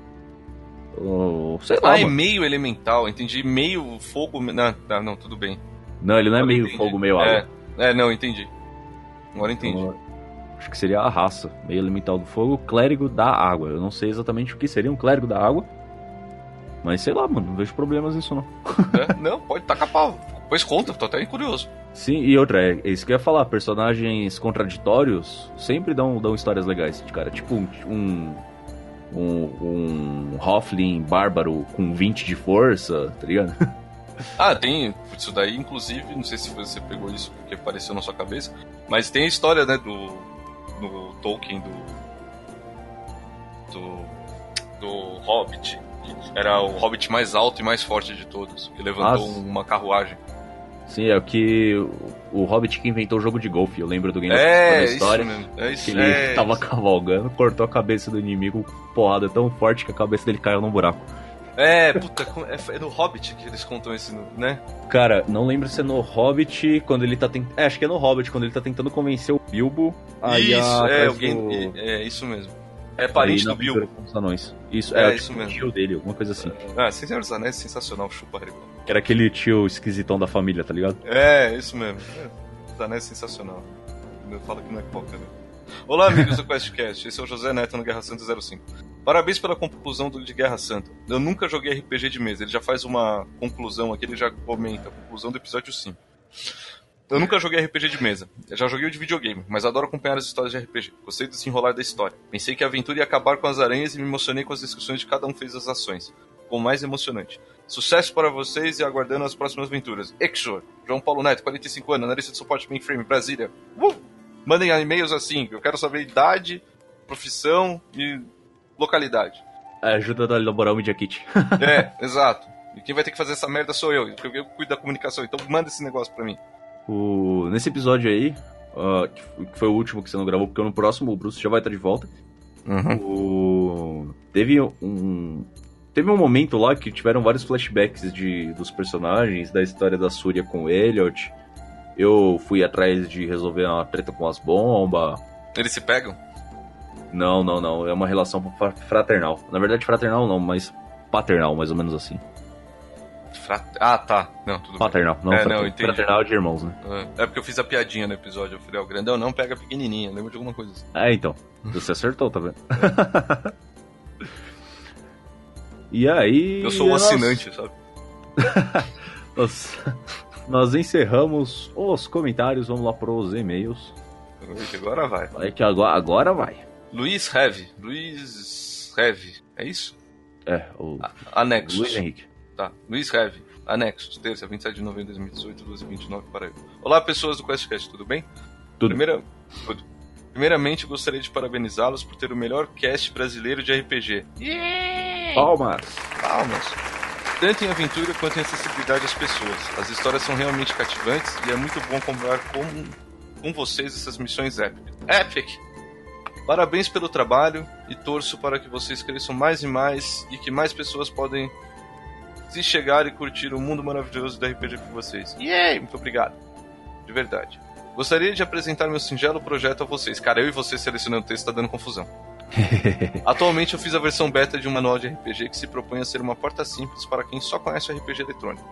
Sei lá, é meio elemental, entendi, meio fogo... Não, tudo bem. Não, ele não é meio fogo, meio água. Não, entendi. Agora entendi. Então, acho que seria a raça, meio elemental do fogo, clérigo da água. Eu não sei exatamente o que seria um clérigo da água, mas sei lá, mano, não vejo problemas nisso não. Não, pode tacar pau. Pois conta, tô até curioso. Sim, e outra, é isso que eu ia falar, personagens contraditórios sempre dão histórias legais, cara. Tipo um Hoffling bárbaro com 20 de força, tá ligado? Tem isso daí, inclusive, não sei se você pegou isso porque apareceu na sua cabeça, mas tem a história, né, do Tolkien, do Hobbit, que era o Hobbit mais alto e mais forte de todos, que levantou uma carruagem. Sim, é o que o Hobbit que inventou o jogo de golfe, eu lembro do game da história. Isso mesmo. Que ele tava cavalgando, cortou a cabeça do inimigo com porrada tão forte que a cabeça dele caiu num buraco. É no Hobbit que eles contam esse, né? Cara, não lembro se é no Hobbit, quando ele tá tentando... acho que é no Hobbit, quando ele tá tentando convencer o Bilbo. Isso mesmo. É parente do Bilbo. Isso, isso mesmo. Tio dele, alguma coisa assim. Senhor dos Anéis é sensacional, chupa Harry Potter. Que era aquele tio esquisitão da família, tá ligado? Isso mesmo. Os Anéis é sensacional. Eu falo que não é qualquer, né? Olá, amigos do QuestCast, esse é o José Neto no Guerra Santa 05. Parabéns pela conclusão de Guerra Santa. Eu nunca joguei RPG de mesa, ele já faz uma conclusão aqui, ele já comenta a conclusão do episódio 5. Eu nunca joguei RPG de mesa, eu já joguei o de videogame, mas adoro acompanhar as histórias de RPG. Gostei do desenrolar da história. Pensei que a aventura ia acabar com as aranhas e me emocionei com as descrições de cada um fez as ações. Ficou mais emocionante. Sucesso para vocês e aguardando as próximas aventuras. Exor, João Paulo Neto, 45 anos, analista de suporte mainframe, Brasília. Mandem e-mails assim, eu quero saber idade, profissão e localidade. Ajuda a elaborar o Media Kit. Exato. E quem vai ter que fazer essa merda sou eu, porque eu cuido da comunicação, então manda esse negócio pra mim. Nesse episódio aí, que foi o último que você não gravou, porque no próximo o Bruce já vai estar de volta. Teve um momento lá que tiveram vários flashbacks dos personagens, da história da Surya com o Elliot. Eu fui atrás de resolver uma treta com as bombas. Eles se pegam? Não. É uma relação fraternal. Na verdade, fraternal não, mas paternal, mais ou menos assim. Tá. Não, tudo paternal, bem. Não, entendi. Fraternal de irmãos, né? É porque eu fiz a piadinha no episódio. Eu falei, o grandão não pega a pequenininha. Lembra de alguma coisa assim. Então. Você acertou, tá vendo? E aí... Eu sou o assinante, sabe? Nós encerramos os comentários. Vamos lá pros e-mails. Agora vai. Agora vai. Luiz Heavy. É isso? O Anexos. Luiz Henrique. Tá, Luiz Heavy. Anexos, terça, 27 de novembro de 2018, 12h29, Paraíba. Olá, pessoas do QuestCast, tudo bem? Tudo. Primeiramente, gostaria de parabenizá-los por ter o melhor cast brasileiro de RPG. Palmas! Tanto em aventura quanto em acessibilidade às pessoas. As histórias são realmente cativantes e é muito bom comprar com vocês essas missões épicas. Epic! Parabéns pelo trabalho e torço para que vocês cresçam mais e mais e que mais pessoas podem se chegar e curtir o mundo maravilhoso do RPG com vocês. Yay! Muito obrigado. De verdade. Gostaria de apresentar meu singelo projeto a vocês. Cara, eu e você selecionando o texto tá dando confusão. Atualmente eu fiz a versão beta de um manual de RPG que se propõe a ser uma porta simples para quem só conhece o RPG eletrônico.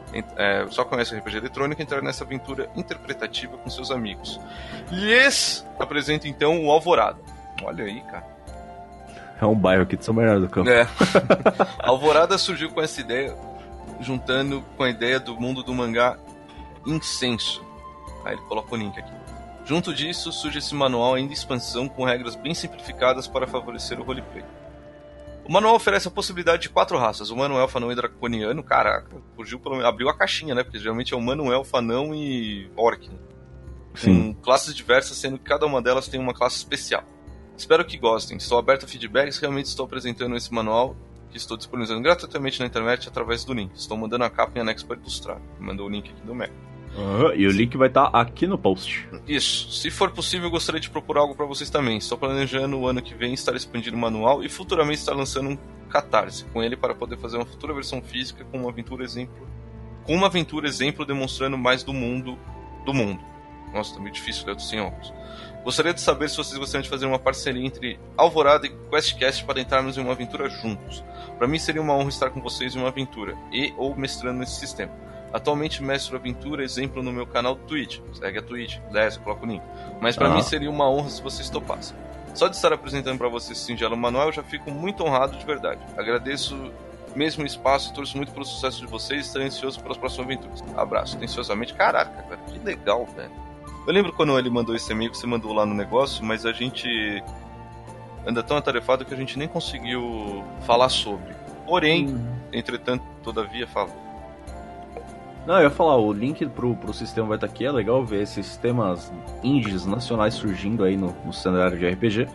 Entrar nessa aventura interpretativa com seus amigos. Lhes apresento então o Alvorada. Olha aí, cara. É um bairro aqui de São Bernardo do Campo. A Alvorada surgiu com essa ideia, juntando com a ideia do mundo do mangá Incenso. Aí ele coloca o link aqui. Junto disso, surge esse manual ainda em expansão com regras bem simplificadas para favorecer o roleplay. O manual oferece a possibilidade de 4 raças: humano, elfo, anão e draconiano. Caraca, abriu a caixinha, né? Porque geralmente é humano, elfo, anão e orc. Com classes diversas, sendo que cada uma delas tem uma classe especial. Espero que gostem. Estou aberto a feedbacks. Realmente estou apresentando esse manual que estou disponibilizando gratuitamente na internet através do link. Estou mandando a capa em anexo para ilustrar. Mandou o link aqui do Mac. E o link vai estar aqui no post. Isso. Se for possível, eu gostaria de propor algo para vocês também. Estou planejando o ano que vem estar expandindo o manual e futuramente estar lançando um Catarse com ele para poder fazer uma futura versão física com uma aventura exemplo demonstrando mais do mundo. Nossa, tá meio difícil, eu tô sem óculos. Gostaria de saber se vocês gostariam de fazer uma parceria entre Alvorada e QuestCast para entrarmos em uma aventura juntos. Para mim seria uma honra estar com vocês em uma aventura ou mestrando nesse sistema. Atualmente mestro aventura exemplo no meu canal do Twitch. Segue a Twitch, desce, coloca o link. Mas pra mim seria uma honra se vocês topassem. Só de estar apresentando pra vocês esse singelo manual eu já fico muito honrado de verdade. Agradeço mesmo o espaço e torço muito pelo sucesso de vocês e estarei ansioso pelas próximas aventuras. Abraço, atenciosamente. Caraca, cara, que legal, velho. Eu lembro quando ele mandou esse e-mail que você mandou lá no negócio, mas a gente anda tão atarefado que a gente nem conseguiu falar sobre. Porém, entretanto, todavia, fala. Não, eu ia falar, o link pro sistema vai estar aqui. É legal ver esses sistemas indies nacionais surgindo aí no cenário de RPG.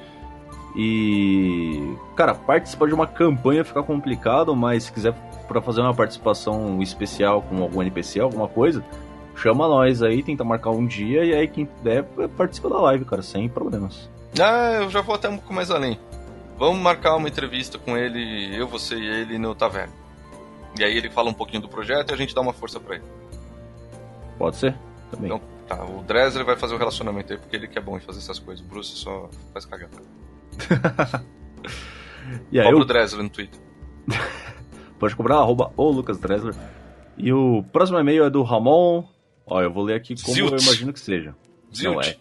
E, cara, participar de uma campanha fica complicado, mas se quiser pra fazer uma participação especial com algum NPC, alguma coisa, chama nós aí, tenta marcar um dia e aí quem puder participa da live, cara, sem problemas. Eu já vou até um pouco mais além. Vamos marcar uma entrevista com ele, eu, você e ele no Taverna. E aí ele fala um pouquinho do projeto e a gente dá uma força pra ele. Pode ser, também. Então, tá, o Dresler vai fazer o relacionamento aí, porque ele que é bom em fazer essas coisas. O Bruce só faz cagada. Cobra o Dresler no Twitter. Pode cobrar, @LucasDresler. E o próximo e-mail é do Ramon. Ó, eu vou ler aqui como eu imagino que seja. Zilt. Não é.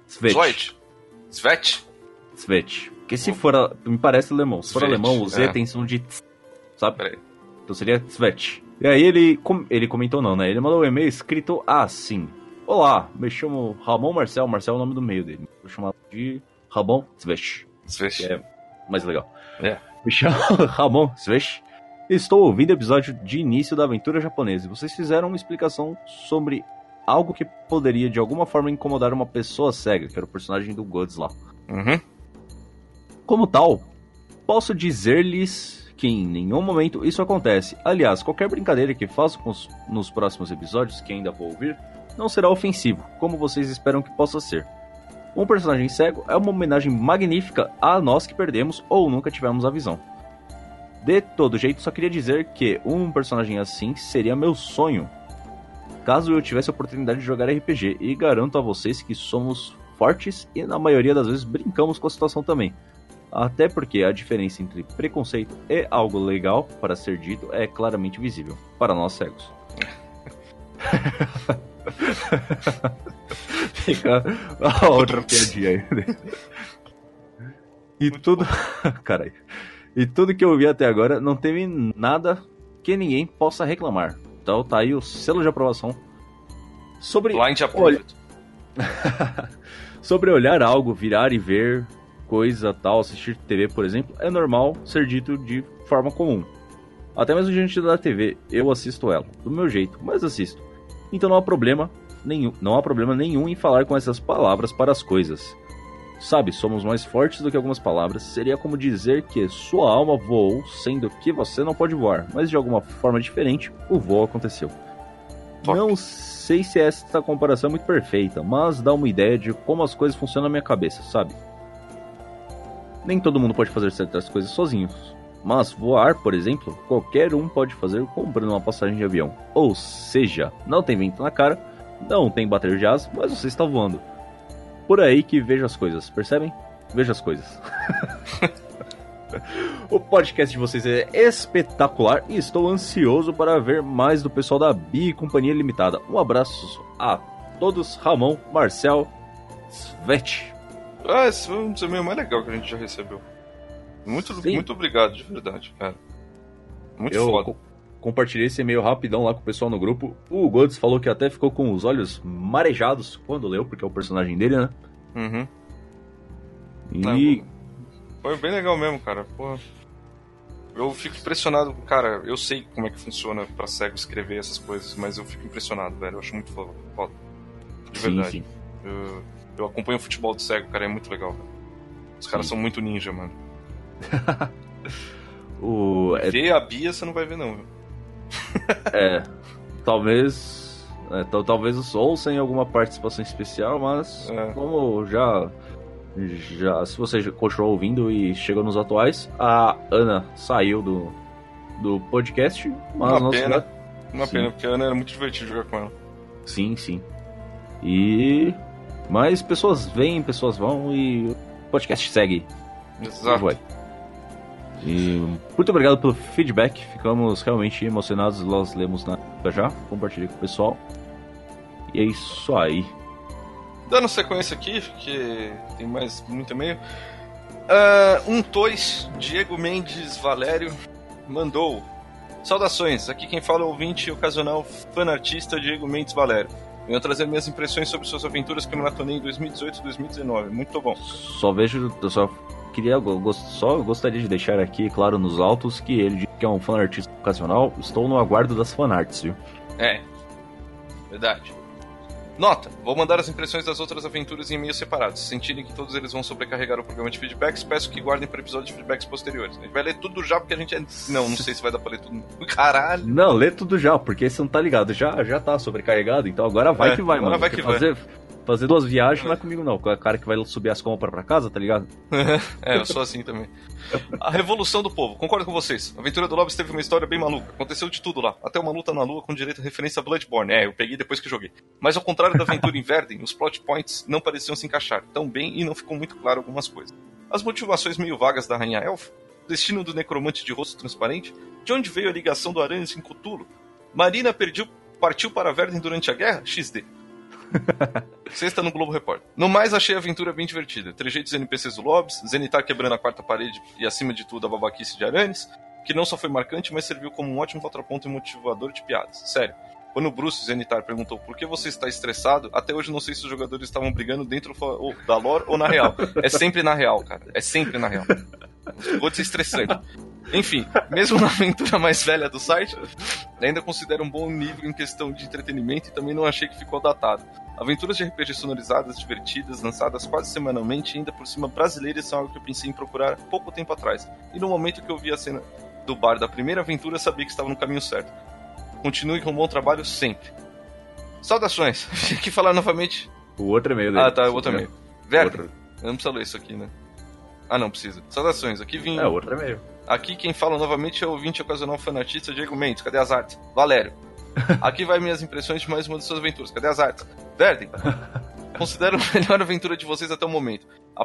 Svet. Porque se for, me parece alemão. Se for alemão, o Z tem som de tz, sabe? Peraí. Então seria Svet. E aí ele comentou não, né? Ele mandou um e-mail escrito assim: olá, me chamo Ramon Marcel. Marcel é o nome do meio dele. Vou chamar de Ramon Svet. Que é mais legal. Me chamo Ramon Svet. Estou ouvindo o episódio de início da aventura japonesa. Vocês fizeram uma explicação sobre algo que poderia de alguma forma incomodar uma pessoa cega, que era o personagem do Gods lá. Como tal, posso dizer-lhes que em nenhum momento isso acontece. Aliás, qualquer brincadeira que faço nos próximos episódios, que ainda vou ouvir, não será ofensivo, como vocês esperam que possa ser. Um personagem cego é uma homenagem magnífica a nós que perdemos ou nunca tivemos a visão. De todo jeito, só queria dizer que um personagem assim seria meu sonho, caso eu tivesse a oportunidade de jogar RPG, e garanto a vocês que somos fortes e na maioria das vezes brincamos com a situação também. Até porque a diferença entre preconceito e algo legal para ser dito é claramente visível para nós cegos. Fica a outra piadinha aí. E tudo... Caralho. E tudo que eu vi até agora não teve nada que ninguém possa reclamar. Então tá aí o selo de aprovação. Sobre... Blind Approved. Sobre olhar algo, virar e ver coisa tal, assistir TV, por exemplo, é normal ser dito de forma comum. Até mesmo diante da TV, eu assisto ela, do meu jeito, mas assisto. Então não há problema nenhum em falar com essas palavras para as coisas. Sabe, somos mais fortes do que algumas palavras. Seria como dizer que sua alma voou, sendo que você não pode voar, mas de alguma forma diferente, o voo aconteceu. Top. Não sei se esta comparação é muito perfeita, mas dá uma ideia de como as coisas funcionam na minha cabeça, sabe? Nem todo mundo pode fazer certas coisas sozinhos, mas voar, por exemplo, qualquer um pode fazer comprando uma passagem de avião. Ou seja, não tem vento na cara, não tem bater de asa, mas você está voando. Por aí que vejo as coisas, percebem? Vejo as coisas. O podcast de vocês é espetacular e estou ansioso para ver mais do pessoal da Bi Companhia Limitada. Um abraço a todos, Ramon, Marcel, Svet. Esse foi um dos e-mails mais legal que a gente já recebeu. Muito obrigado, de verdade, cara. Muito foda. Compartilhei esse e-mail rapidão lá com o pessoal no grupo. O Godz falou que até ficou com os olhos marejados quando leu, porque é o personagem dele, né? Uhum. E... Foi bem legal mesmo, cara. Porra. Eu fico impressionado, cara. Eu sei como é que funciona pra cego escrever essas coisas, mas eu fico impressionado, velho. Eu acho muito foda. De verdade. Sim. Eu acompanho o futebol do cego, cara. É muito legal, velho. Os caras são muito ninja, mano. Ver a Bia você não vai ver, não, viu? Talvez os ouçam em alguma participação especial, mas como já se você continuou ouvindo e chegou nos atuais, a Ana saiu do podcast, mas uma pena, porque a Ana era muito divertido jogar com ela. Sim. Mas pessoas vêm, pessoas vão e o podcast segue. Exato. E muito obrigado pelo feedback, ficamos realmente emocionados, nós lemos na já, compartilhei com o pessoal. E é isso aí. Dando sequência aqui, porque tem mais muito e-mail. Diego Mendes Valério mandou: saudações, aqui quem fala é o ouvinte e ocasional fanartista Diego Mendes Valério. Venho trazer minhas impressões sobre suas aventuras que eu maratonei em 2018 e 2019. Muito bom. Gostaria de deixar aqui claro nos autos que ele diz que é um fanartista ocasional. Estou no aguardo das fanarts, viu? Verdade. Nota, vou mandar as impressões das outras aventuras em e-mails separados. Se sentirem que todos eles vão sobrecarregar o programa de feedbacks, peço que guardem para episódios de feedbacks posteriores. A gente vai ler tudo já, porque a gente Não sei se vai dar pra ler tudo. Caralho! Não, lê tudo já, porque você não tá ligado. Já tá sobrecarregado, então agora vai que vai, agora mano. Vai que vai. Fazer 2 viagens não é comigo não, com o cara que vai subir as compras pra casa, tá ligado? Eu sou assim também. A Revolução do Povo, concordo com vocês. A Aventura do Lobis teve uma história bem maluca. Aconteceu de tudo lá, até uma luta na lua com direito a referência a Bloodborne. Eu peguei depois que joguei. Mas ao contrário da Aventura em Verden, os plot points não pareciam se encaixar tão bem e não ficou muito claro algumas coisas. As motivações meio vagas da Rainha Elfa, o destino do necromante de rosto transparente, de onde veio a ligação do Aranhas em Cthulhu, Marina partiu para Verden durante a guerra, XD. Sexta no Globo Repórter. No mais, achei a aventura bem divertida. Trejeitos NPCs do Lobis, Zenitar quebrando a quarta parede e, acima de tudo, a babaquice de Aranis, que não só foi marcante, mas serviu como um ótimo contraponto e motivador de piadas. Sério. Quando o Bruce Zenitar perguntou por que você está estressado, até hoje não sei se os jogadores estavam brigando dentro da lore ou na real. É sempre na real, cara. É sempre na real. Vou ser estressante. Enfim, mesmo na aventura mais velha do site, ainda considero um bom nível em questão de entretenimento e também não achei que ficou datado. Aventuras de RPG sonorizadas, divertidas, lançadas quase semanalmente e ainda por cima brasileiras são algo que eu pensei em procurar pouco tempo atrás. E no momento que eu vi a cena do bar da primeira aventura, sabia que estava no caminho certo. Continue com um bom trabalho sempre. Saudações. Aqui falar novamente. O outro e-mail dele. O outro e-mail. Verden. Eu não precisa ler isso aqui, né? Não precisa. Saudações. Aqui vim... outro e-mail. Aqui quem fala novamente é o ouvinte ocasional fanatista Diego Mendes. Cadê as artes? Valério. Aqui vai minhas impressões de mais uma de suas aventuras. Cadê as artes? Verden. Considero a melhor aventura de vocês até o momento. A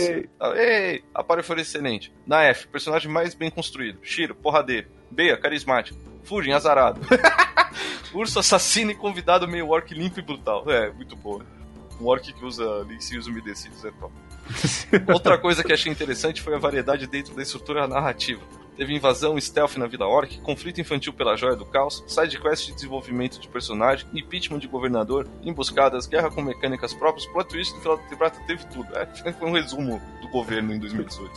party foi excelente. Na F, personagem mais bem construído. Shiro, porradeiro. Bea, carismático. Fujin, azarado. Urso, assassino e convidado meio orc limpo e brutal. Muito boa. Um orc que usa lencinhos umedecidos é top. Outra coisa que achei interessante foi a variedade dentro da estrutura narrativa. Teve invasão stealth na Vila Orc, conflito infantil pela Joia do Caos, sidequest de desenvolvimento de personagem, impeachment de governador, emboscadas, guerra com mecânicas próprias, plot twist do Final de Prata, teve tudo. Foi um resumo do governo em 2018.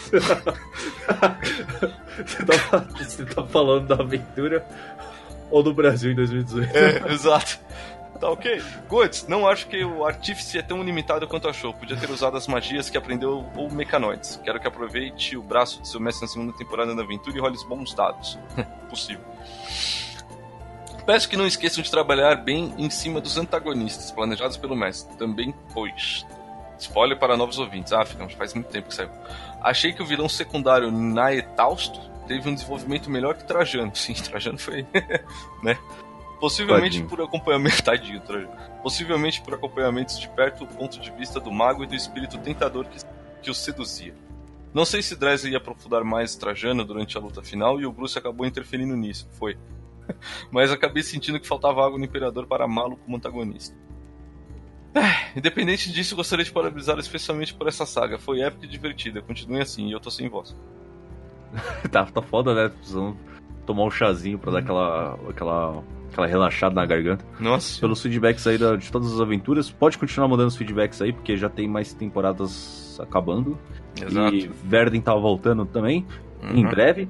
Você tá falando da aventura ou do Brasil em 2018? Exato. Tá ok. Guts, não acho que o Artífice é tão limitado quanto achou. Podia ter usado as magias que aprendeu ou mecanoides. Quero que aproveite o braço de seu mestre na segunda temporada da aventura e role os bons dados. Possível. Peço que não esqueçam de trabalhar bem em cima dos antagonistas, planejados pelo mestre. Também, pois. Spoiler para novos ouvintes. Faz muito tempo que saiu. Achei que o vilão secundário Naetausto teve um desenvolvimento melhor que Trajano. Sim, Trajano foi... né? Possivelmente por acompanhamento... Tadinho, possivelmente por acompanhamentos de perto do ponto de vista do mago e do espírito tentador que o seduzia. Não sei se Dresden ia aprofundar mais Trajano durante a luta final e o Bruce acabou interferindo nisso. Foi. Mas acabei sentindo que faltava algo no Imperador para amá-lo como antagonista. Independente disso, gostaria de parabenizar especialmente por essa saga. Foi épica e divertida. Continue assim, e eu tô sem voz. tá foda, né? Precisamos tomar um chazinho pra dar aquela relaxada na garganta. Nossa. Pelos feedbacks aí de todas as aventuras. Pode continuar mandando os feedbacks aí, porque já tem mais temporadas acabando. Exato. E Verden tá voltando também, em breve.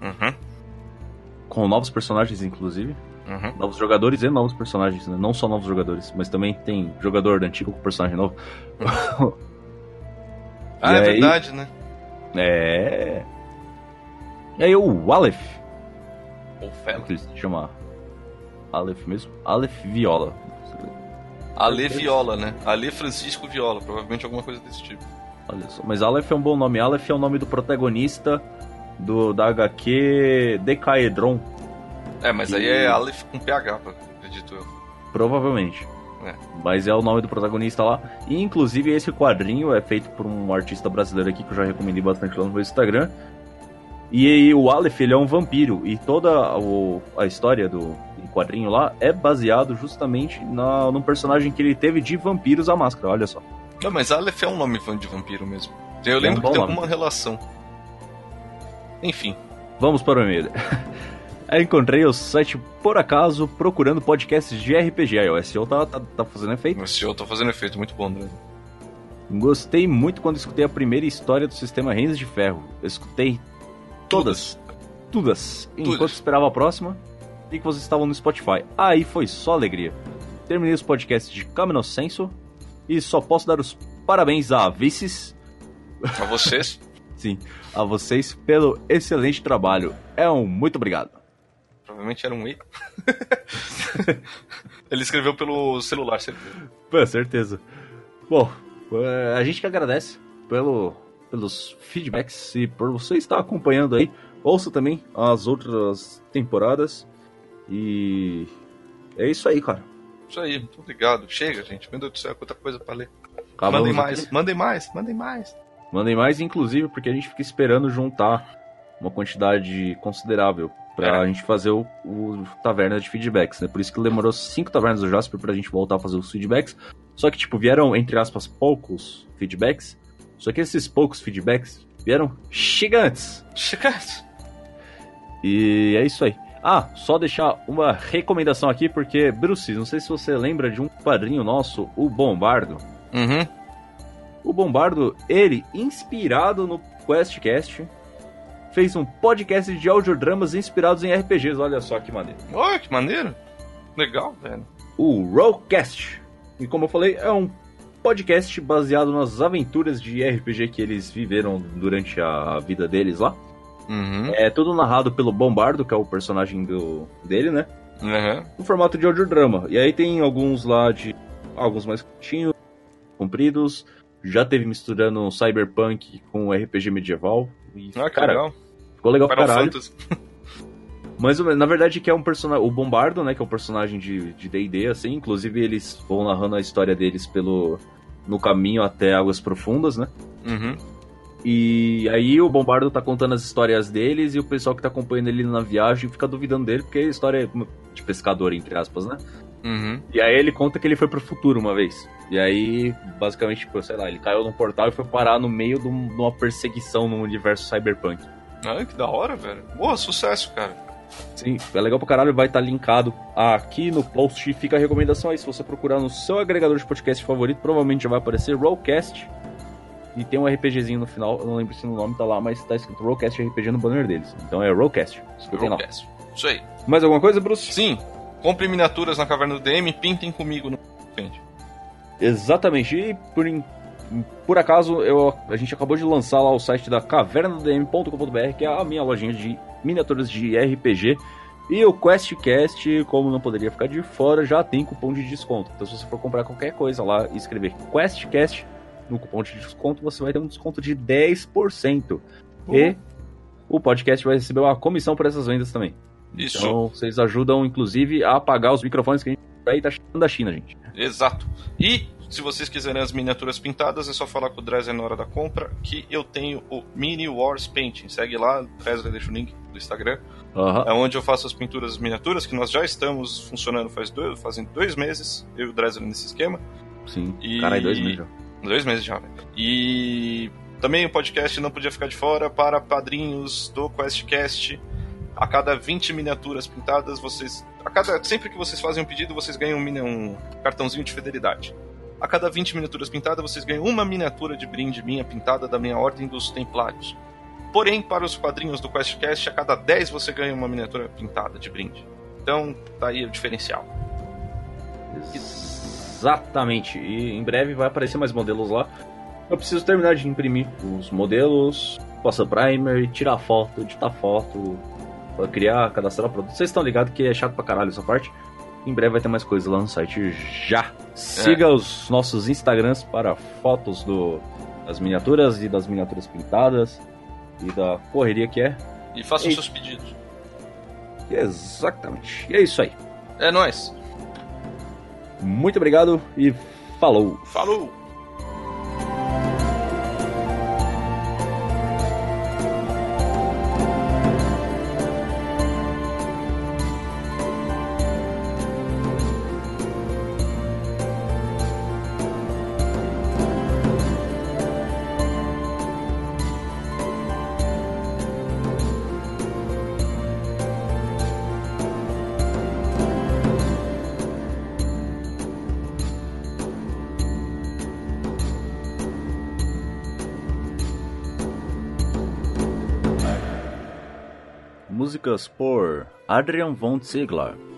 Com novos personagens, inclusive. Novos jogadores e novos personagens, né? Não só novos jogadores, mas também tem jogador antigo com personagem novo. É verdade, né? E aí o Aleph. Ou Como que ele se chama? Aleph mesmo? Aleph Viola. Ale Viola, né? Ale Francisco Viola, provavelmente alguma coisa desse tipo. Olha só, mas Aleph é um bom nome. Aleph é o nome do protagonista da HQ Decaedron. Mas aí é Aleph com PH, acredito eu. Provavelmente. Mas é o nome do protagonista lá. E inclusive esse quadrinho é feito por um artista brasileiro aqui que eu já recomendei bastante lá no meu Instagram. E aí, o Aleph, ele é um vampiro. E toda a história do quadrinho lá é baseado justamente num personagem que ele teve de Vampiros à Máscara, olha só. Não, mas Aleph é um nome de vampiro mesmo. Eu lembro que tem alguma relação. Enfim. Vamos para o e-mail. Eu encontrei o site por acaso procurando podcasts de RPG. Aí o SEO tá fazendo efeito. O SEO tá fazendo efeito, muito bom, André. Gostei muito quando escutei a primeira história do sistema Reis de Ferro. Eu escutei todas. Enquanto esperava a próxima, e que vocês estavam no Spotify. Aí foi só alegria. Terminei os podcasts de Caminosenso e só posso dar os parabéns a Vices. A vocês? Sim, a vocês pelo excelente trabalho. Muito obrigado. Provavelmente era um E. Ele escreveu pelo celular, certeza. Com certeza. Bom, a gente que agradece pelos feedbacks e por você estar acompanhando aí. Ouça também as outras temporadas. E é isso aí, cara. Isso aí, muito obrigado. Chega, gente. Meu Deus do céu, quanta coisa pra ler. Mandem mais. Mandem mais, inclusive, porque a gente fica esperando juntar uma quantidade considerável pra gente fazer o Taverna de Feedbacks, né? Por isso que demorou 5 Tavernas do Jasper pra gente voltar a fazer os feedbacks. Só que, vieram, entre aspas, poucos feedbacks. Só que esses poucos feedbacks vieram gigantes. E é isso aí. Só deixar uma recomendação aqui, porque, Bruce, não sei se você lembra de um quadrinho nosso, o Bombardo. O Bombardo, ele, inspirado no QuestCast, fez um podcast de audiodramas inspirados em RPGs. Olha só que maneiro. Olha, que maneiro. Legal, velho. O Rollcast. E como eu falei, é um podcast baseado nas aventuras de RPG que eles viveram durante a vida deles lá. É tudo narrado pelo Bombardo, que é o personagem dele, né? No formato de audiodrama. E aí tem alguns lá alguns mais curtinhos, compridos. Já teve misturando Cyberpunk com RPG medieval. E, cara, legal. Ficou legal pra caralho. Fantasy. Mas na verdade que é um personagem, o Bombardo, né, que é um personagem de D&D, assim. Inclusive eles vão narrando a história deles no caminho até Águas Profundas, né? E aí o Bombardo tá contando as histórias deles e o pessoal que tá acompanhando ele na viagem fica duvidando dele, porque a história é de pescador, entre aspas, né? E aí ele conta que ele foi pro futuro uma vez. E aí, basicamente, sei lá, ele caiu num portal e foi parar no meio de uma perseguição no universo cyberpunk. Ah, que da hora, velho. Boa, sucesso, cara. Sim, é legal pra caralho, vai estar linkado aqui no post. Fica a recomendação aí, se você procurar no seu agregador de podcast favorito, provavelmente já vai aparecer Rollcast. E tem um RPGzinho no final, eu não lembro se o nome tá lá, mas tá escrito Rollcast RPG no banner deles. Então é Rollcast, escutem lá. Isso aí. Mais alguma coisa, Bruce? Sim, compre miniaturas na Caverna do DM, pintem comigo no frente. Exatamente, e por acaso a gente acabou de lançar lá o site da cavernadodm.com.br, que é a minha lojinha de miniaturas de RPG. E o QuestCast, como não poderia ficar de fora, já tem cupom de desconto. Então se você for comprar qualquer coisa lá e escrever QuestCast no cupom de desconto, você vai ter um desconto de 10%. E o podcast vai receber uma comissão por essas vendas também. Isso. Então vocês ajudam, inclusive, a apagar os microfones que a gente aí tá chegando da China, gente. Exato. E se vocês quiserem as miniaturas pintadas, é só falar com o Dresler na hora da compra, que eu tenho o Mini Wars Painting. Segue lá, Dresler deixa o link do Instagram. É onde eu faço as pinturas das miniaturas, que nós já estamos funcionando fazem 2 meses, eu e o Dresler nesse esquema. Sim, caralho, 2 meses já. 2 meses já, né? E também o podcast não podia ficar de fora para padrinhos do QuestCast. A cada 20 miniaturas pintadas, sempre que vocês fazem um pedido, vocês ganham um cartãozinho de fidelidade. A cada 20 miniaturas pintadas, vocês ganham uma miniatura de brinde minha pintada da minha Ordem dos Templários. Porém, para os padrinhos do QuestCast, a cada 10 você ganha uma miniatura pintada de brinde. Então, tá aí o diferencial. Exatamente. E em breve vai aparecer mais modelos lá. Eu preciso terminar de imprimir os modelos, passar primer, tirar foto, editar foto, pra criar, cadastrar produto. Vocês estão ligados que é chato pra caralho essa parte. Em breve vai ter mais coisa lá no site já. Siga os nossos Instagrams para fotos das miniaturas e das miniaturas pintadas e da correria que é. E façam seus pedidos. Exatamente. E é isso aí. É nóis. Muito obrigado e falou. Falou. Músicas por Adrian von Ziegler.